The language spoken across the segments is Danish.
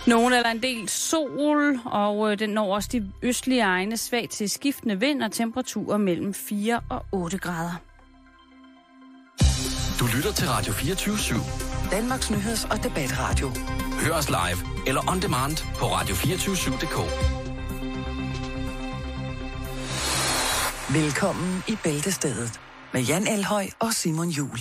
Nogen eller en del sol, og den når også de østlige egne svag til skiftende vind og temperaturer mellem 4 og 8 grader. Du lytter til Radio 24/7. Danmarks nyheds- og debatradio. Hør os live eller on demand på radio247.dk. Velkommen i Bæltestedet med Jan Elhøj og Simon Juhl.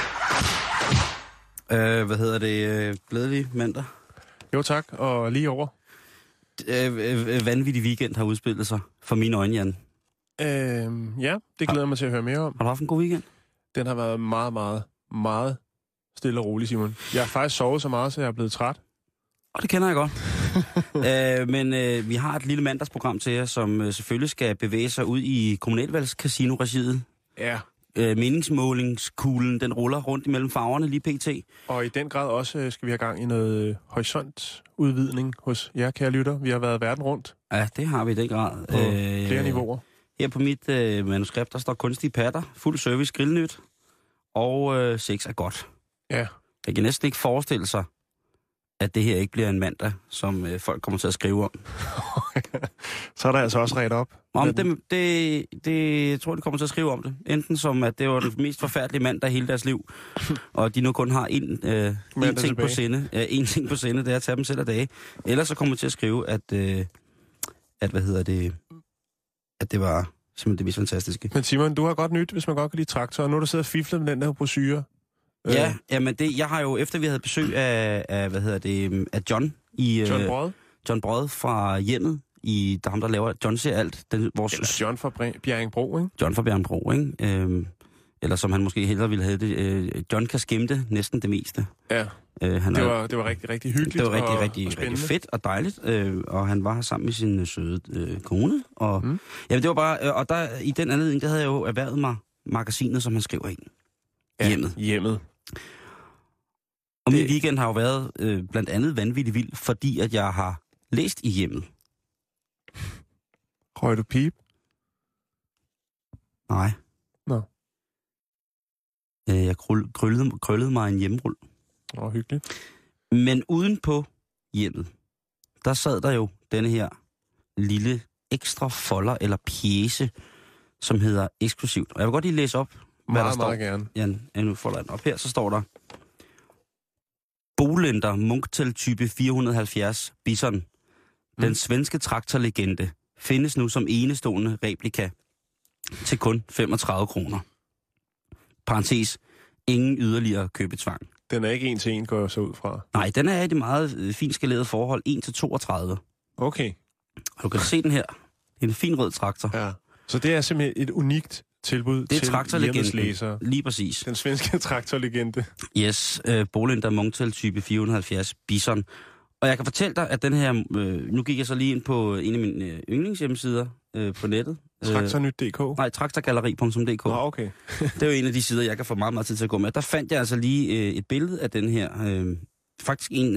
Glædelig mandag. Jo tak, og lige over. Vanvittig weekend har udspillet sig, for mine øjne, Jan. Ja, det glæder mig til at høre mere om. Har du haft en god weekend? Den har været meget, meget, meget stille og rolig, Simon. Jeg har faktisk sovet så meget, så jeg er blevet træt. Det kender jeg godt. Men vi har et lille mandagsprogram til jer, som selvfølgelig skal bevæge sig ud i kommunalvalgskasino-regiet. Ja. Meningsmålingskuglen, den ruller rundt imellem farverne lige pt. Og i den grad også skal vi have gang i noget horisontudvidning hos jer, kære lytter. Vi har været verden rundt. Ja, det har vi i den grad. På flere niveauer. Her på mit manuskript, der står kunstige patter, fuld service, grillnyt, og sex er godt. Ja. Jeg kan næsten ikke forestille sig, at det her ikke bliver en mandag, som folk kommer til at skrive om. Så er der altså også ret op. Om det jeg tror, de kommer til at skrive om det. Enten som, at det var den mest forfærdelige mandag i hele deres liv, og de nu kun har én ting på sinde. En ting på sinde, det er at tage dem selv af dage. Eller så kommer de til at skrive, at det var simpelthen det mest fantastiske. Men Simon, du har godt nyt, hvis man godt kan lide traktor, og nu er der sidder og fiflet med den der brochure. Ja, men jeg har jo, efter vi havde besøg af John i... John Brød fra Hjemmet, der er ham, der laver John ser alt. John fra Bjerringbro, ikke? John fra Bjerringbro, ikke? Eller som han måske hellere ville have det. John kan skimte næsten det meste. Ja, det var rigtig, rigtig hyggeligt. Det var rigtig fedt og dejligt. Og han var her sammen med sin søde kone. Og, jamen, det var bare... Og der, i den anledning, der havde jeg jo erhvervet mig magasinet, som han skriver ind. Hjemmet. Og min weekend har jo været blandt andet vanvittigt vild, fordi at jeg har læst i Hjemmet. Røg du pip? Nej. Nå. Jeg krøllede mig en hjemmerul. Hyggeligt. Men uden på Hjemmet, der sad der jo denne her lille ekstra folder eller pjece, som hedder Eksklusivt. Og jeg vil godt lige læse op, hvad der står. Meget gerne. Jan, nu folder jeg den op her, så står der: Bolender Munktel type 470 Bison. Den svenske traktorlegende findes nu som enestående replika til kun 35 kroner. Parentes, ingen yderligere købetvang. Den er ikke 1 til 1, går jeg så ud fra. Nej, den er i det meget fint skalerede forhold 1 til 32. Okay. Og du kan se den her. Det er en fin rød traktor. Ja. Så det er simpelthen et unikt tilbud til hjemmeslæsere. Lige præcis. Den svenske traktorlegende. Yes, Bolender Munktel type 470 Bison. Og jeg kan fortælle dig, at den her... nu gik jeg så lige ind på en af mine yndlingshjemmesider på nettet. Traktornyt.dk? Nej, traktorgalleri.dk. Okay. Det er jo en af de sider, jeg kan få meget, meget tid til at gå med. Der fandt jeg altså lige et billede af den her... faktisk en...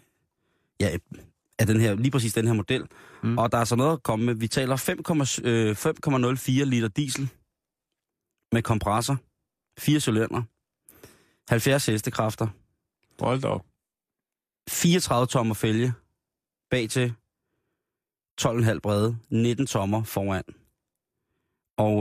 af den her, lige præcis den her model. Og der er så noget at komme med. Vi taler 5,04 liter diesel med kompressor, 4 cylinder, 70 hestekræfter. Hold da op. 34 tommer fælge bag til, 12,5 brede, 19 tommer foran. Og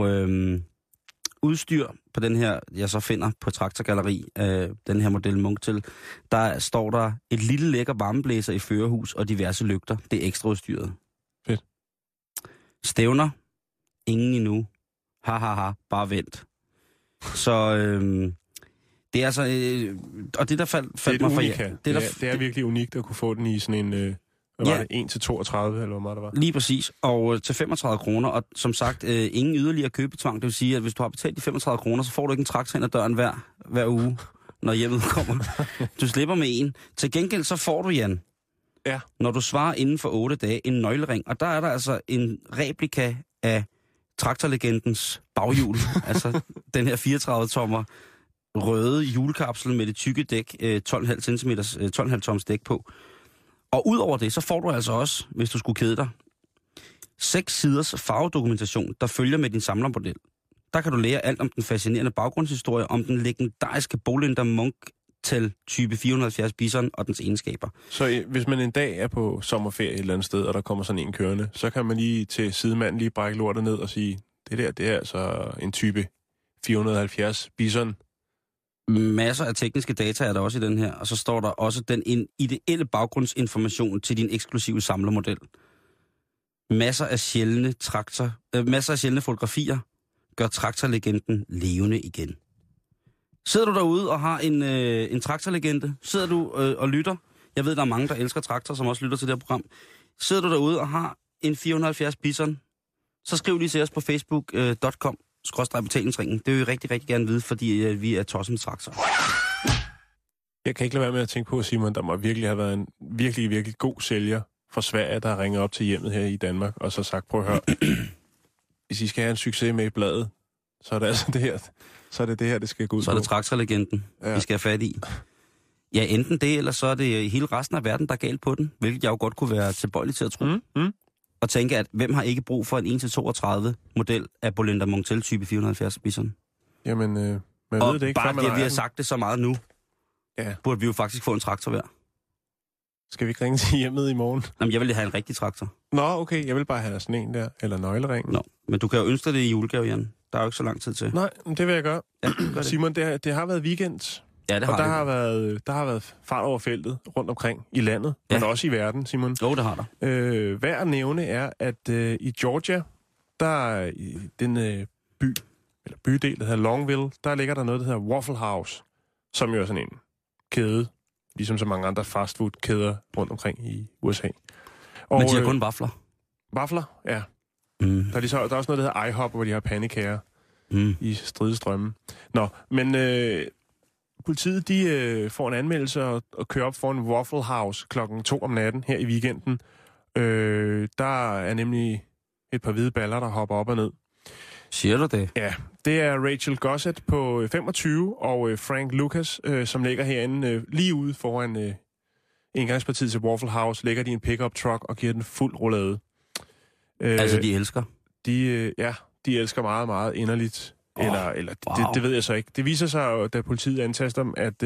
udstyr på den her, jeg så finder på Traktorgalleri, den her model Munktel, der står der et lille lækker varmeblæser i førerhus og diverse lygter. Det er ekstra udstyret. Fedt. Stævner. Ingen endnu. Bare vent. Så det er altså... og det der faldt mig for jer... Det er virkelig unikt at kunne få den i sådan en... Hvad var det? 1 til 32, eller hvor meget det var? Lige præcis. Og til 35 kroner. Og som sagt, ingen yderligere købetvang. Det vil sige, at hvis du har betalt de 35 kroner, så får du ikke en traktor ind ad døren hver uge, når hjemmet kommer. Du slipper med en. Til gengæld så får du, Jan, når du svarer inden for 8 dage, en nøglering. Og der er der altså en replika af traktorlegendens baghjul. Altså den her 34-tommer røde hjulkapsel med det tykke dæk, 12,5 toms dæk på. Og ud over det, så får du altså også, hvis du skulle kede dig, 6 siders farvedokumentation, der følger med din samlermodel. Der kan du lære alt om den fascinerende baggrundshistorie, om den legendariske Bolender til type 470 Bison og dens egenskaber. Så hvis man en dag er på sommerferie et eller andet sted, og der kommer sådan en kørende, så kan man lige til sidemanden lige brække lortet ned og sige, det er altså en type 470 Bison. Masser af tekniske data er der også i den her, og så står der også den ideelle baggrundsinformation til din eksklusive samlermodel. Masser af sjældne fotografier gør traktorlegenden levende igen. Sidder du derude og har en traktorlegende? Sidder du og lytter? Jeg ved, der er mange, der elsker traktor, som også lytter til det her program. Sidder du derude og har en 470 Bison, så skriv lige til os på facebook.com/betalingsringen. Det vil vi rigtig, rigtig gerne vide, fordi vi er tosset med traktor. Jeg kan ikke lade være med at tænke på, Simon, der må virkelig have været en virkelig, virkelig god sælger fra Sverige, der har ringet op til hjemmet her i Danmark, og så sagt, prøv at høre, hvis I skal have en succes med i bladet, så er det altså det her, det skal gå ud på. Så er det traktorlegenden, vi skal have fat i. Ja, enten det, eller så er det hele resten af verden, der er galt på den, hvilket jeg jo godt kunne være tilbøjelig til at tro. Og tænke, at hvem har ikke brug for en 1-32 model af Bolender Montel type 470 Bison? Jamen, man og ved det ikke, bare før man vi har sagt det så meget nu, burde vi jo faktisk få en traktor hver. Skal vi ikke ringe til hjemmet i morgen? Jamen, jeg vil have en rigtig traktor. Nå, okay, jeg vil bare have sådan en der, eller nøglering. Nå, men du kan jo ønske dig det i julegave, Jan. Der er jo ikke så lang tid til. Nej, det vil jeg gøre. Ja, gør Simon, det har været weekend. Ja, det har og det. Der har været fart over feltet rundt omkring i landet, men også i verden, Simon. Jo, det har der. Værd at nævne er, at i Georgia, der i den bydel, der hedder Longville, der ligger der noget, der hedder Waffle House, som jo er sådan en kæde, ligesom så mange andre fastfood-kæder rundt omkring i USA. Og, men de har kun vafler. Vafler, ja. Der er også noget, der hedder IHOP, hvor de har pandekager i stridestrømme. Nå, men politiet, de får en anmeldelse og kører op for en Waffle House 2:00 om natten her i weekenden. Der er nemlig et par hvide baller, der hopper op og ned. Siger du det? Ja, det er Rachel Gossett på 25 og Frank Lucas, som ligger herinde lige ude foran indgangspartiet til Waffle House, ligger de en pickup truck og giver den fuld roulade. Altså, de elsker? De elsker meget, meget inderligt. Eller wow. Det ved jeg så ikke. Det viser sig, da politiet antaster dem, at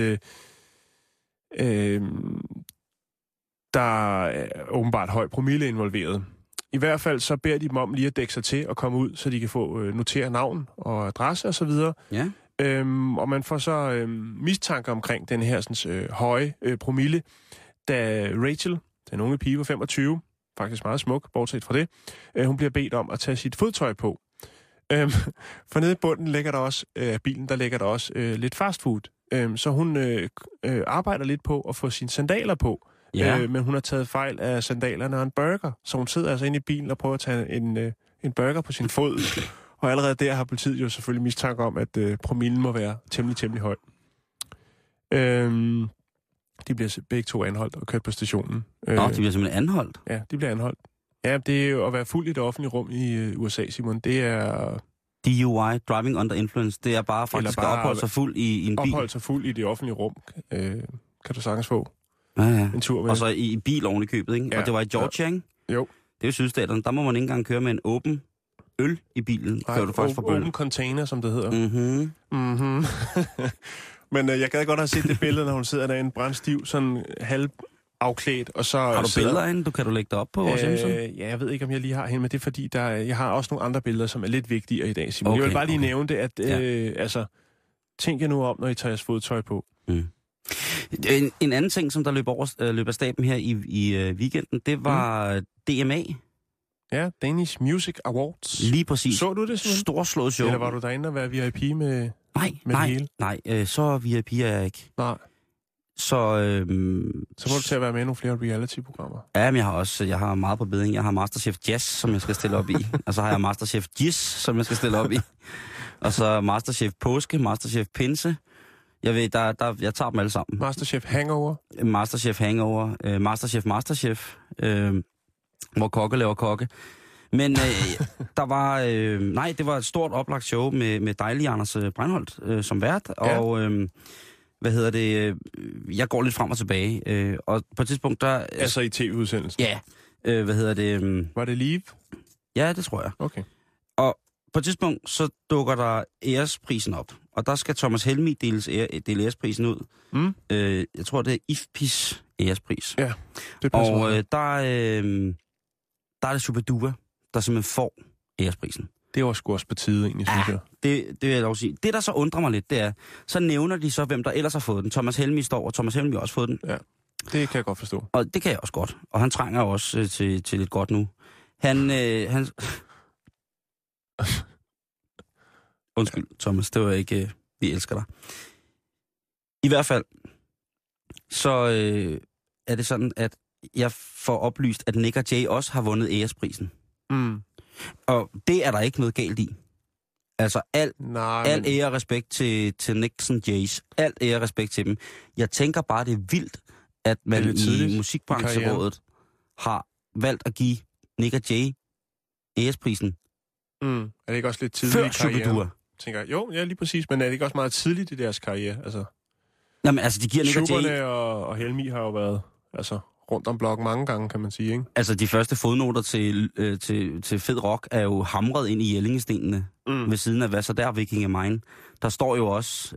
der er åbenbart høj promille involveret. I hvert fald så beder de dem om lige at dække sig til og komme ud, så de kan få notere navn og adresse og så videre. Ja. Og man får så mistanke omkring den her sådan, høje promille, da Rachel, den unge pige på 25, faktisk meget smuk, bortset fra det, hun bliver bedt om at tage sit fodtøj på. For nede i bunden ligger der også, bilen, der ligger der også lidt fastfood. Så hun arbejder lidt på at få sine sandaler på. Ja. Men hun har taget fejl af sandalerne og en burger. Så hun sidder altså inde i bilen og prøver at tage en burger på sin fod. Og allerede der har politiet jo selvfølgelig mistanke om, at promillen må være temmelig høj. De bliver begge to anholdt og kørt på stationen. Nå, de bliver simpelthen anholdt? Ja, de bliver anholdt. Ja, det er jo at være fuld i det offentlige rum i USA, Simon. Det er... DUI, driving under influence, det er bare faktisk at opholde sig fuld i en bil. Opholde sig fuld i det offentlige rum, kan du sagtens få. Ja. En tur med. Og så i bil oven i købet, ikke? Ja. Og det var i Georgia, ikke? Jo. Det er jo sydstaterne. Der må man ikke engang køre med en åben øl i bilen. Nej, du faktisk åben container, som det hedder. Mhm. Men jeg gad godt have set det billede, når hun sidder der i en brandstiv, sådan halvafklædt, og så... Har du billeder inde? Kan du lægge det op på vores hjemmeside? Ja, jeg ved ikke, om jeg lige har hende, men det er fordi, jeg har også nogle andre billeder, som er lidt vigtigere i dag, Simon. Jeg vil bare lige nævne det, at tænk jer nu om, når I tager jeres fodtøj på. En anden ting, som der løb af staben her i weekenden, det var DMA. Ja, Danish Music Awards. Lige præcis. Så du det, Simon? Storslået show. Eller var du derinde og være VIP med det hele? Nej, så VIP er jeg ikke. Nej. Så må du til at være med i nogle flere reality-programmer. Ja, men jeg har meget på beding. Jeg har Masterchef Jazz, som jeg skal stille op i. Og så har jeg Masterchef Jizz, som jeg skal stille op i. Og så Masterchef Påske, Masterchef Pinse. Jeg ved, jeg tager dem alle sammen. Masterchef Hangover. Masterchef. Hvor kokke laver kokke. Men der var... det var et stort oplagt show med dejlige Anders Breinholt som vært. Ja. Og jeg går lidt frem og tilbage. Og på et tidspunkt, der... Altså i tv-udsendelsen? Ja. Var det live? Ja, det tror jeg. Okay. Og på et tidspunkt, så dukker der æresprisen op. og der skal Thomas Helmig dele æresprisen ud. Jeg tror, det er IFPIs ærespris. Ja, det passer. Og der er det Shubidua, der simpelthen får æresprisen. Det var sgu også på tide, egentlig, synes jeg. Det vil jeg lov at sige. Det, der så undrer mig lidt, det er, så nævner de så, hvem der ellers har fået den. Thomas Helmig står, og Thomas Helmig har også fået den. Ja, det kan jeg godt forstå. Og det kan jeg også godt. Og han trænger også til lidt godt nu. Han Undskyld, Thomas, det var ikke... vi elsker dig. I hvert fald, så er det sådan, at jeg får oplyst, at Nick og Jay også har vundet æresprisen. Og det er der ikke noget galt i. Altså, al ære og respekt til Nick og Jays. Al ære og respekt til dem. Jeg tænker bare, det er vildt, at man i Musikbrancherådet har valgt at give Nick og Jay æresprisen. Er det ikke også lidt tidligt i karrieren? Tænker jeg, jo, ja, lige præcis, men er det ikke også meget tidligt i deres karriere? Altså, jamen, altså, de giver Nick og Jay... Schuberne og Helmig har jo været rundt om blokken mange gange, kan man sige, ikke? Altså, de første fodnoter til fed rock er jo hamret ind i Jellingestenene ved siden af Hvad så der, Viking of Mine. Der står jo også,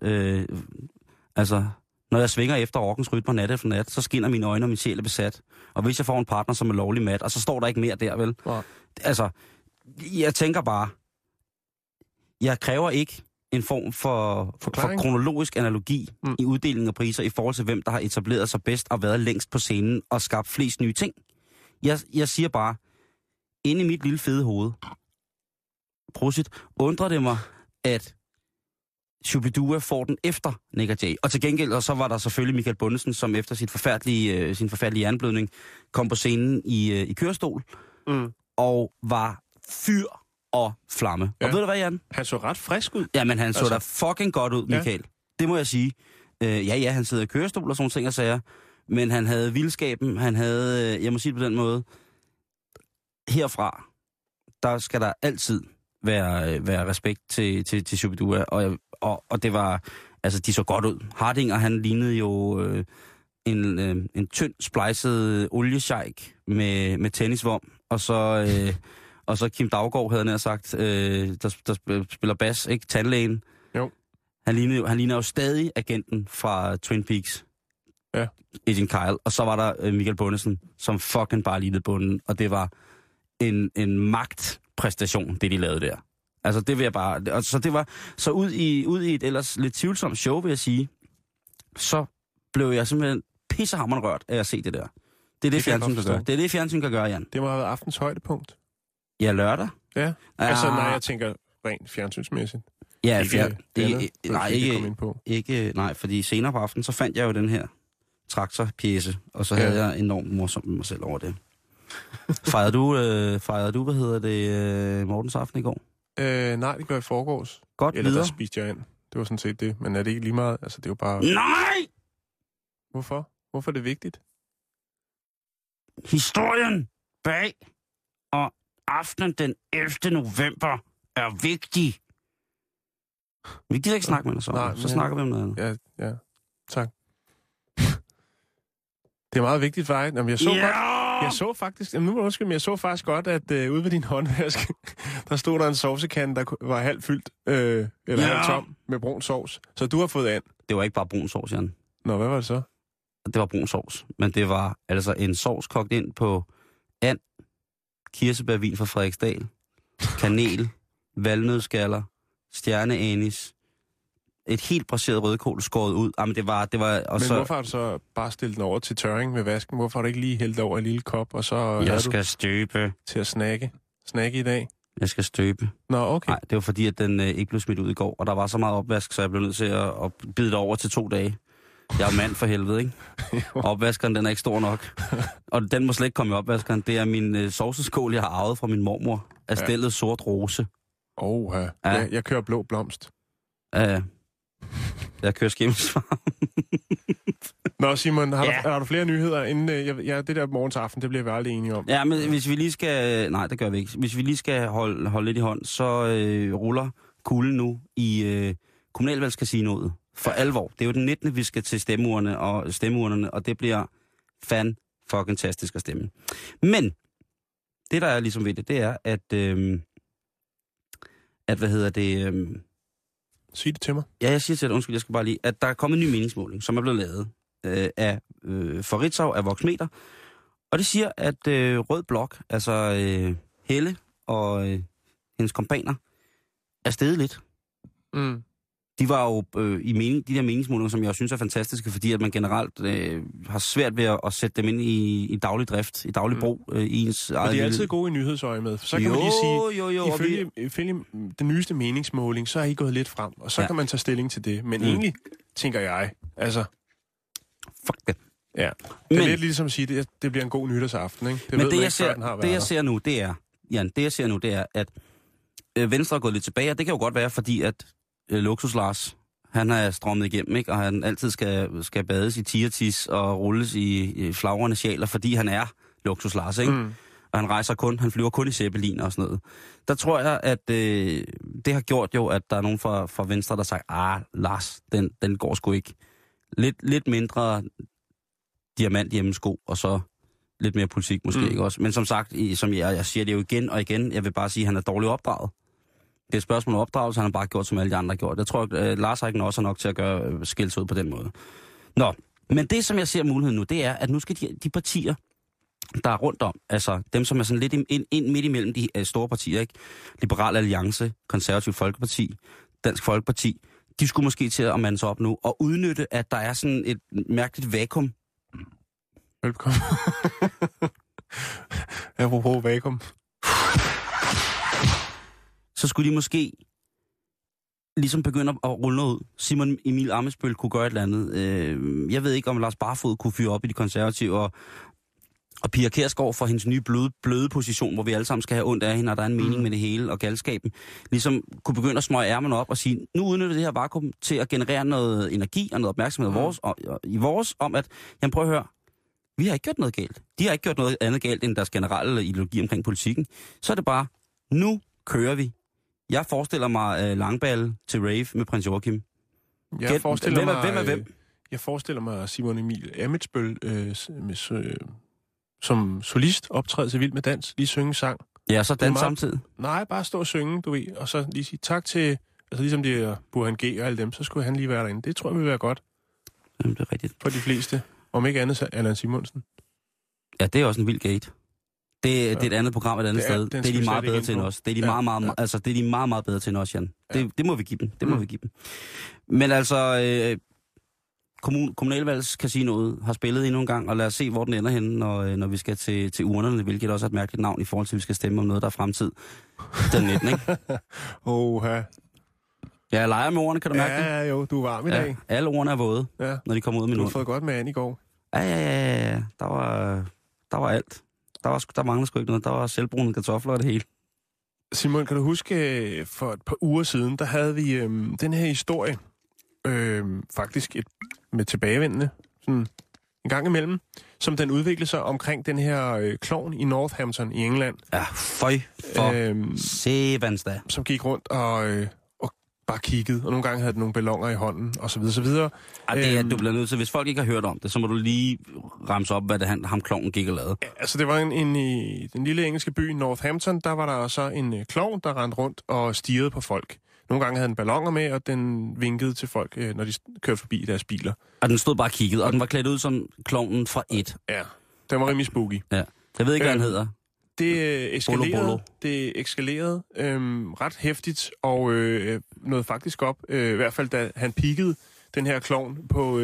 når jeg svinger efter rockens rytmer nat efter nat, så skinner mine øjne, og min sjæl er besat. Og hvis jeg får en partner, som er lovlig mat, og så står der ikke mere der, vel? Ja. Altså, jeg tænker bare, jeg kræver ikke en form for kronologisk analogi i uddelingen af priser i forhold til, hvem der har etableret sig bedst og været længst på scenen og skabt flest nye ting. Jeg siger bare, inde i mit lille fede hoved, prosit, undrer det mig, at Shubidua får den efter Nick og Jay. Og til gengæld, og så var der selvfølgelig Michael Bundesen, som efter sin forfærdelige jernblødning kom på scenen i kørestol og var fyr og flamme. Ja. Og ved du hvad, Jan? Han så ret frisk ud. Jamen, han så da fucking godt ud, Michael. Ja. Det må jeg sige. Han sidder i kørestol og sådan ting og sager, men han havde vildskaben, han havde, jeg må sige det på den måde, herfra, der skal der altid være respekt til Shubidua, og det var, altså, de så godt ud. Hardinger, han lignede jo en tynd, splicet oliesjejk med tennisvom, og så Kim Daugaard, havde han sagt, der spiller bas, ikke? Tandlægen. Jo. Han ligner jo stadig agenten fra Twin Peaks. Ja. Agent Kyle. Og så var der Michael Bundesen, som fucking bare lignede bunden. Og det var en magtpræstation, det de lavede der. Altså, det vil jeg bare... Så det var... Så ud i et ellers lidt tvivlsomt show, vil jeg sige, så blev jeg simpelthen pissehammerende rørt af at se det der. Det er det, fjernsyn kan gøre. Det er det, fjernsyn kan gøre, Jan. Det må have været aftens højdepunkt. Ja, lørdag. Ja, altså nej, jeg tænker rent fjernsynsmæssigt. Ja, nej, fordi senere på aftenen, så fandt jeg jo den her traktorpjece, og så havde jeg enormt morsomt med mig selv over det. Fejrede du, Mortens aften i går? Nej, det gør jeg i forgårs. Godt eller videre. Der spiste jeg ind. Det var sådan set det, men er det ikke lige meget? Altså, det er jo bare... Nej! Hvorfor? Hvorfor er det vigtigt? Historien bag og aftenen den 11. november er vigtig. Vi gider ikke snakke med dig så. Nej, så snakker vi om noget andet. Ja. Tak. Det er meget vigtigt for dig. Jamen, jeg så faktisk... Jamen, nu må du undskylde, men jeg så faktisk godt, at ude ved din håndvask, der stod der en sovsekande, der var halvt fyldt, eller halvt tom, med brun sovs. Så du har fået and. Det var ikke bare brun sovs, Jan. Nå, hvad var det så? Det var brun sovs, men det var altså en sovs kogt ind på and, kirsebærvin fra Frederiksdal, kanel, valnødskaller, stjerneanis, et helt braseret rødkål skåret ud. Jamen, det var og men så... hvorfor har du så bare stillet den over til tørring med vasken? Hvorfor har du ikke lige hældt over en lille kop, og så... Jeg skal støbe. Til at snakke i dag? Jeg skal støbe. Nå, okay. Nej, det var fordi, at den ikke blev smidt ud i går, og der var så meget opvask, så jeg blev nødt til at bide det over til 2 dage. Jeg er mand for helvede, ikke? Opvaskeren, den er ikke stor nok. Og den må slet ikke komme i opvaskeren. Det er min sovseskål, jeg har arvet fra min mormor. Af stillet sort rose. Ja. Jeg kører blå blomst. Jeg kører skimmelsvarm. Nå, Simon, har du flere nyheder? Inden, det der morgens aften, det bliver vi aldrig enige om. Ja, men hvis vi lige skal... Nej, det gør vi ikke. Hvis vi lige skal holde lidt i hånd, så ruller kuglen nu i kommunalvalgscasinoet. For alvor. Det er jo den 19. vi skal til stemmeurnerne, og det bliver fucking-tastisk at stemme. Men, det der er ligesom ved det er, at Sig det til mig. Ja, jeg siger til dig, undskyld, jeg skal bare lige, at der er kommet en ny meningsmåling, som er blevet lavet for Ritzau af Voxmeter. Og det siger, at Rød Blok, altså Helle og hendes kompaner, er steget lidt. Mm. De var jo de der meningsmålinger, som jeg synes er fantastiske, fordi at man generelt har svært ved at sætte dem ind i daglig drift, i daglig brug i ens eget. Og de er altid gode i nyhedsøje med. Så kan man lige sige, ifølge den nyeste meningsmåling, så er I gået lidt frem, og så kan man tage stilling til det. Men egentlig, tænker jeg, altså... Fuck det. Ja, det er lidt ligesom at sige, at det bliver en god nytårsaften, ikke? Det jeg ser nu, det er, at Venstre er gået lidt tilbage, og det kan jo godt være, fordi at Luksus Lars, han er strømmet igennem, ikke? Og han altid skal bades i tigertis og rulles i flagrende sjæler, fordi han er Luksus Lars, ikke? Mm. Og han flyver kun i Zeppelin og sådan noget. Der tror jeg, at det har gjort jo, at der er nogen fra Venstre, der siger, Lars, den går sgu ikke. Lidt mindre diamant hjemmesko, og så lidt mere politik måske, ikke også? Men som sagt, som jeg siger det jo igen og igen, jeg vil bare sige, at han er dårligt opdraget. Det er et spørgsmål om opdragelse, han har bare gjort, som alle de andre har gjort. Jeg tror, at Lars har ikke også nok til at gøre skælds ud på den måde. Nå, men det, som jeg ser muligheden nu, det er, at nu skal de partier, der er rundt om, altså dem, som er sådan lidt ind midt imellem de store partier, ikke? Liberal Alliance, Konservativ Folkeparti, Dansk Folkeparti, de skulle måske til at mande sig op nu og udnytte, at der er sådan et mærkeligt vakuum. Velkommen. Apropos vakuum. Så skulle de måske ligesom begynde at rulle noget ud. Simon Emil Ammitzbøll kunne gøre et eller andet. Jeg ved ikke, om Lars Barfod kunne fyre op i de konservative, og Pia Kjærsgaard for hendes nye bløde position, hvor vi alle sammen skal have ondt af hende, og der er en mening med det hele, og galskaben, ligesom kunne begynde at smøge ærmerne op og sige, nu udnytter det her vakuum til at generere noget energi og noget opmærksomhed i vores, om at, jamen prøv at høre, vi har ikke gjort noget galt. De har ikke gjort noget andet galt end deres generelle ideologi omkring politikken. Så er det bare, nu kører vi. Jeg forestiller mig Langballe til rave med prins Joachim. Hvem er hvem? Jeg forestiller mig Simon Emil Ammitzbøll som solist optræde til Vild med Dans, lige synge sang. Ja, så dans samtidig. Nej, bare stå og synge, du ved, og så lige sige tak til, altså ligesom det er Burhan G og alle dem, så skulle han lige være derinde. Det tror jeg vil være godt. Jamen, det er rigtigt. For de fleste. Om ikke andet, så Allan Simonsen. Ja, det er også en vild gate. Det er et andet program et andet sted. Det er de meget bedre til end os. Det er de meget, meget bedre til end os, Jan. Ja. Det må vi give dem. Må vi give dem. Men altså, Kommunalvalgscasinoet har spillet endnu en gang, og lad os se, hvor den ender henne, når vi skal til urnerne, hvilket også er et mærkeligt navn i forhold til, at vi skal stemme om noget, der er fremtid. Den 19, ikke? Oha. Ja, jeg leger med ordene, kan du mærke det? Ja, jo, du er varm i dag. Alle ordene er våde, når de kommer ud af min Du har fået godt med an i går. Ja. Der var alt. Der manglede sgu ikke noget. Der var selvbrunede kartofler og det hele. Simon, kan du huske, for et par uger siden, der havde vi den her historie, faktisk med tilbagevendende, sådan en gang imellem, som den udviklede sig omkring den her klovn i Northampton i England. Ja, føj for sevansdag. Som gik rundt og bare kiggede, og nogle gange havde den nogle balloner i hånden, og så videre, så videre. Du bliver nødt til, hvis folk ikke har hørt om det, så må du lige ramse op, hvad det ham klovnen gik og lavede. Ja, altså det var i den lille engelske by Northampton, der var der så en klovn, der rendte rundt og stirrede på folk. Nogle gange havde den balloner med, og den vinkede til folk, når de kørte forbi i deres biler. Og den stod bare og kiggede, og den var klædt ud som klovnen fra et. Ja, den var rimelig spooky. Ja, jeg ved ikke, hvad han hedder. Det eskalerede ret hæftigt, og nåede faktisk op, i hvert fald da han pikkede den her klovn på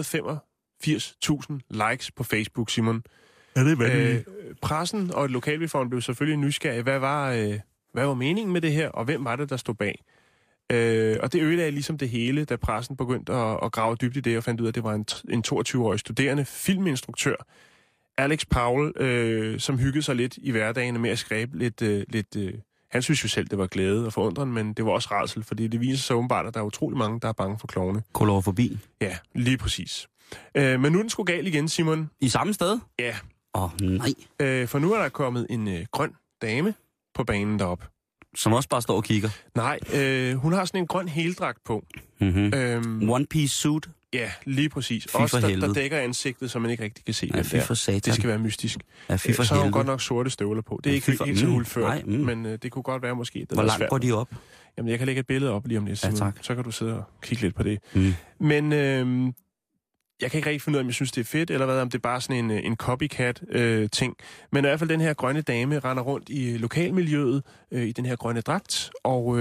185.000 likes på Facebook, Simon. Ja, det er vanvittigt. Pressen og et lokalbefolkning blev selvfølgelig nysgerrige. Hvad var meningen med det her, og hvem var det, der stod bag? Og det ødelagde ligesom det hele, da pressen begyndte at grave dybt i det, og fandt ud af, at det var en 22-årig studerende filminstruktør, Alex Powell, som hyggede sig lidt i hverdagen med at skrive lidt han synes jo selv, det var glæde og forundren, men det var også rædsel, fordi det viser sig åbenbart, at der er utrolig mange, der er bange for klovne. Kolorofobi. Ja, lige præcis. Men nu er den sgu galt igen, Simon. I samme sted? Ja. Nej. For nu er der kommet en grøn dame på banen deroppe. Som også bare står og kigger? Nej, hun har sådan en grøn heldragt på. Mm-hmm. One piece suit? Ja, lige præcis. Også der dækker ansigtet, så man ikke rigtig kan se, hvem det er. Det skal være mystisk. Ja, så har hun godt nok sorte støvler på. Det er ikke helt så hulført, men det kunne godt være måske. Hvor langt går de op? Jamen, jeg kan lægge et billede op lige om lidt, Simon. Ja, tak. Så kan du sidde og kigge lidt på det. Mm. Men jeg kan ikke rigtig finde ud af, om jeg synes, det er fedt, eller hvad, om det er bare sådan en copycat-ting. Men i hvert fald den her grønne dame render rundt i lokalmiljøet i den her grønne dragt, og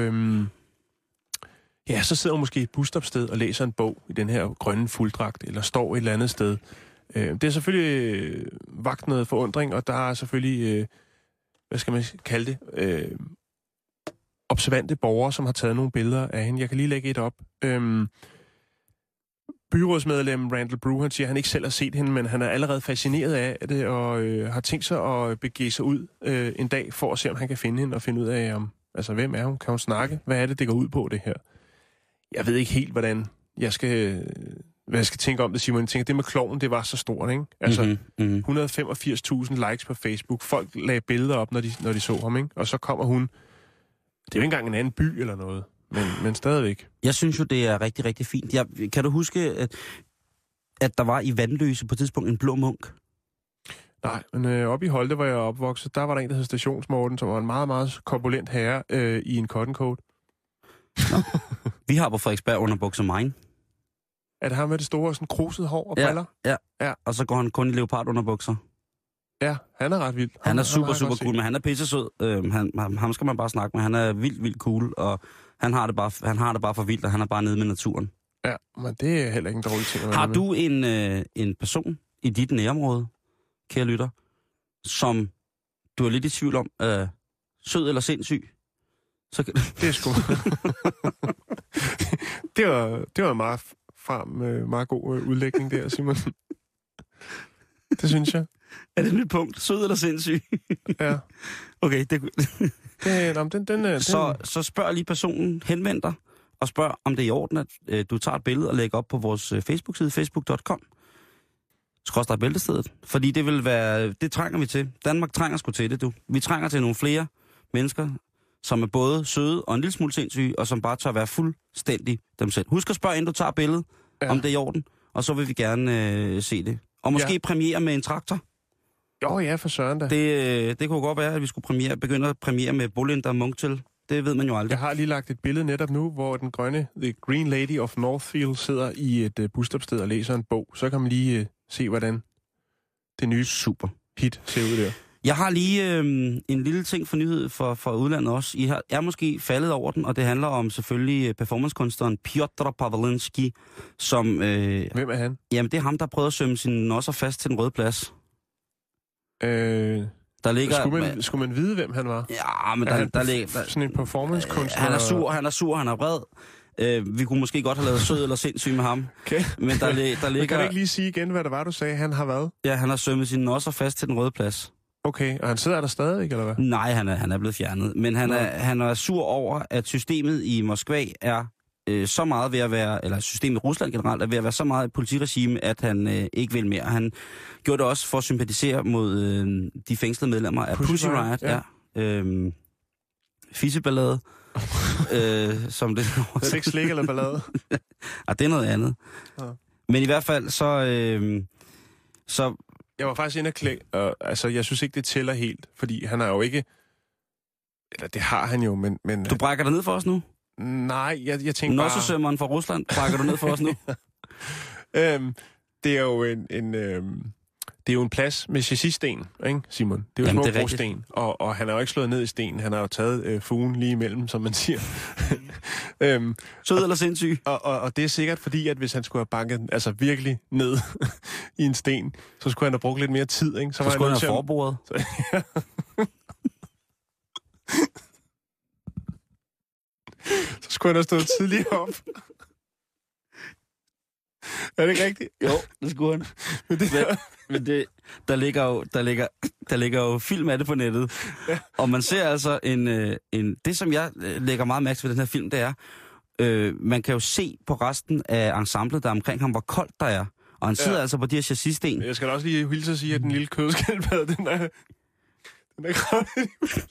så sidder hun måske i et busstopsted og læser en bog i den her grønne fulddragt, eller står et eller andet sted. Det er selvfølgelig vakt noget forundring, og der er selvfølgelig, hvad skal man kalde det, observante borgere, som har taget nogle billeder af hende. Jeg kan lige lægge et op. Byrådsmedlem Randall Brew, han siger, at han ikke selv har set hende, men han er allerede fascineret af det, og har tænkt sig at begive sig ud en dag, for at se, om han kan finde hende, og finde ud af, hvem er hun? Kan hun snakke? Hvad er det går ud på, det her? Jeg ved ikke helt, hvordan jeg skal tænke om det, Simon. Jeg tænker, det med klovnen, det var så stort, ikke? Altså, 185.000 likes på Facebook. Folk lagde billeder op, når de så ham, ikke? Og så kommer hun. Det er jo ikke engang en anden by eller noget, men stadigvæk. Jeg synes jo, det er rigtig, rigtig fint. Kan du huske, at der var i Vandløse på et tidspunkt en blå munk? Nej, men oppe i Holte, hvor jeg er opvokset, der var der en, der hed Stationsmorten, som var en meget, meget korpulent herre i en cotton coat. Vi har på Frederiksberg underbukser mine. Er det ham med det store, sådan kruset hår og briller? Ja. Og så går han kun i leopardunderbukser. Ja, han er ret vild. Han er super cool, men han er pissesød. Ham skal man bare snakke med. Han er vildt cool, og han har det bare for vildt, og han er bare nede med naturen. Ja, men det er heller ikke en dårlig ting. Har du en person i dit nærområde, kære lytter, som du er lidt i tvivl om, sød eller sindssyg? Så kan... Det er sgu... det var en meget god udlægning der, Simon. Det synes jeg. Er det et nyt punkt? Sød eller sindssyg? Ja. Okay, Så spørg lige personen, henvend dig, og spørg, om det er i orden, at du tager et billede og lægger op på vores Facebook-side, facebook.com/bæltestedet. Fordi det trænger vi til. Danmark trænger sgu til det, du. Vi trænger til nogle flere mennesker, som er både søde og en lille smule sindssyge, og som bare tør være fuldstændig dem selv. Husk at spørge, inden du tager billedet, om det er i orden, og så vil vi gerne se det. Og måske premiere med en traktor. Jo, ja, for søren da. Det kunne godt være, at vi skulle begynde at premiere med Bollinger og Munktil. Det ved man jo aldrig. Jeg har lige lagt et billede netop nu, hvor den grønne The Green Lady of Northfield sidder i et busstopsted og læser en bog. Så kan man lige se, hvordan det nye hit ser ud der. Jeg har lige en lille ting for nyhed for udlandet også. I er måske faldet over den, og det handler om selvfølgelig performancekunstneren Piotr Pavlenskij, som... Hvem er han? Jamen, det er ham, der prøvede at sømme sin nosser fast til den røde plads. Der ligger, skulle man vide, hvem han var? Ja, men der ligger... Sådan en performancekunstner? Han er sur, han er vred. Vi kunne måske godt have lavet sød eller sindssyg med ham. Okay. Men der ligger... Kan du ikke lige sige igen, hvad det var, du sagde? Han har hvad? Ja, han har sømmet sine nosser fast til den røde plads. Okay, og han sidder der stadig, eller hvad? Nej, han er blevet fjernet. Men han er sur over, at systemet i Moskva er så meget ved at være, eller systemet i Rusland generelt, er ved at være så meget et politiregime, at han ikke vil mere. Han gjorde det også for at sympatisere mod de fængslede medlemmer af Pussy Riot. Ja. Fisseballade. Som det er det ikke slik eller ballade? Det er noget andet. Ja. Men i hvert fald, så jeg var faktisk inde og altså, jeg synes ikke, det tæller helt, fordi han er jo ikke... Eller det har han jo, men du brækker dig ned for os nu? Nej, jeg tænker bare... Nossesømmeren fra Rusland, brækker du ned for os nu? Det er jo det er jo en plads med chassissten, ikke, Simon? Det er jo små brosten, og han er jo ikke slået ned i sten. Han har jo taget fugen lige imellem, som man siger. Sød eller sindssyg? Og det er sikkert fordi, at hvis han skulle have banket altså virkelig ned i en sten, så skulle han have brugt lidt mere tid, ikke? Så skulle han have forbordet. Så skulle han have stået tidligt op. Er det ikke rigtigt? Jo, det skulle han. Men der ligger jo film af det på nettet. Ja. Og man ser altså det, som jeg lægger meget mærke til ved den her film, det er, man kan jo se på resten af ensemblet, der omkring ham, hvor koldt der er. Og han sidder altså på de her chassissten. Jeg skal da også lige hilse at sige, at den lille kødskildpadde, den er grædet.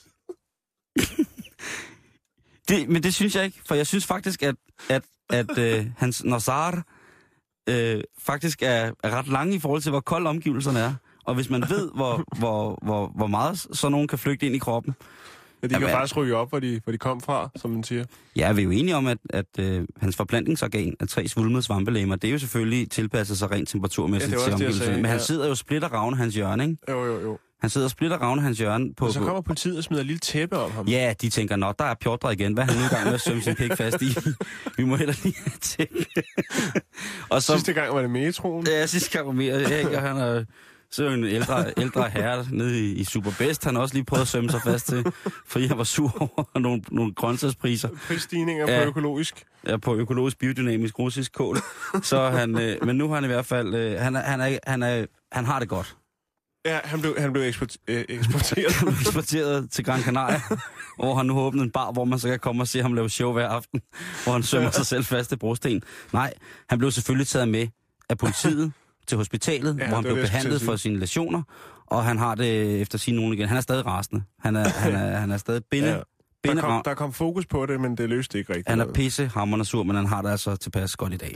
Men det synes jeg ikke, for jeg synes faktisk, at hans Nassar faktisk er ret lange i forhold til, hvor kolde omgivelserne er. Og hvis man ved, hvor meget så nogen kan flygte ind i kroppen, Ja, de kan faktisk ryge op, hvor de kom fra, som man siger. Ja, vi er jo enige om, at hans forplantningsorgan af 3 svulmede svampelemmer, det er jo selvfølgelig tilpasset sig rent temperaturmæssigt til omgivelserne. Men han sidder jo splitter ravne hans hjørne, ikke? Jo. Han sidder og splitter ravne hans hjørne på... Og så kommer politiet og smider et lille tæppe om ham. Ja, de tænker, nå, der er Pjotr igen. Hvad er han nu i gang med at sømme sin pik fast i? Vi må heller lige have tæppe. Og så... Sidste gang var det metroen. Ja, sidste gang var mere. Og han er så en ældre herre nede i Superbest. Han har også lige prøvet at sømme sig fast til, fordi han var sur over nogle grøntsagspriser. Prisstigninger på økologisk. Ja, på økologisk, biodynamisk, russisk kål. Så han... men nu har han i hvert fald... Han har det godt. Ja, han blev eksporteret til Gran Canaria, hvor han nu har åbnet en bar, hvor man så kan komme og se ham lave show hver aften, hvor han sømmer sig selv fast i brosten. Nej, han blev selvfølgelig taget med af politiet til hospitalet, hvor han blev behandlet for sine læsioner, og han har det efter sin nogen igen. Han er stadig rasende. Han er stadig Der kom fokus på det, men det løste ikke rigtigt. Han er pissehamrende sur, men han har det altså tilpas godt i dag.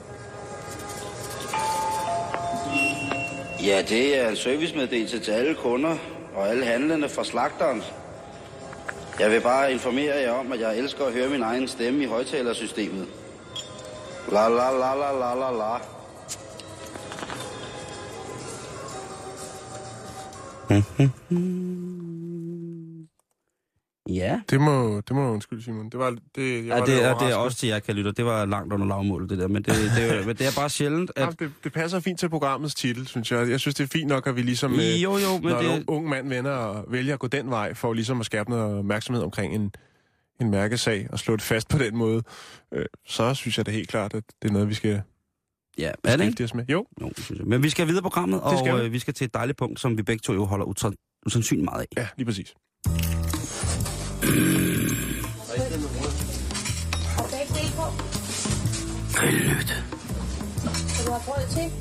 Ja, det er en servicemeddelelse til alle kunder og alle handlende fra slagteren. Jeg vil bare informere jer om, at jeg elsker at høre min egen stemme i højtalersystemet. La la la la la la la. Ja. Det må undskylde, Simon. Det er også til jer, kan lytte. Det var langt under lavmålet, det der. Men det er bare sjældent, at... Det passer fint til programmets titel, synes jeg. Jeg synes, det er fint nok, at vi ligesom... men når en ung mand vender og vælger at gå den vej, for ligesom at skabe noget opmærksomhed omkring en mærkesag og slå det fast på den måde, så synes jeg det helt klart, at det er noget, vi skal... Ja, er det ikke? Med. Jo, synes jeg. Men vi skal videre på programmet, og vi skal til et dejligt punkt, som vi begge to jo holder usandsynligt meget af. Ja, lige præcis. Lyt. Skal du have brød til?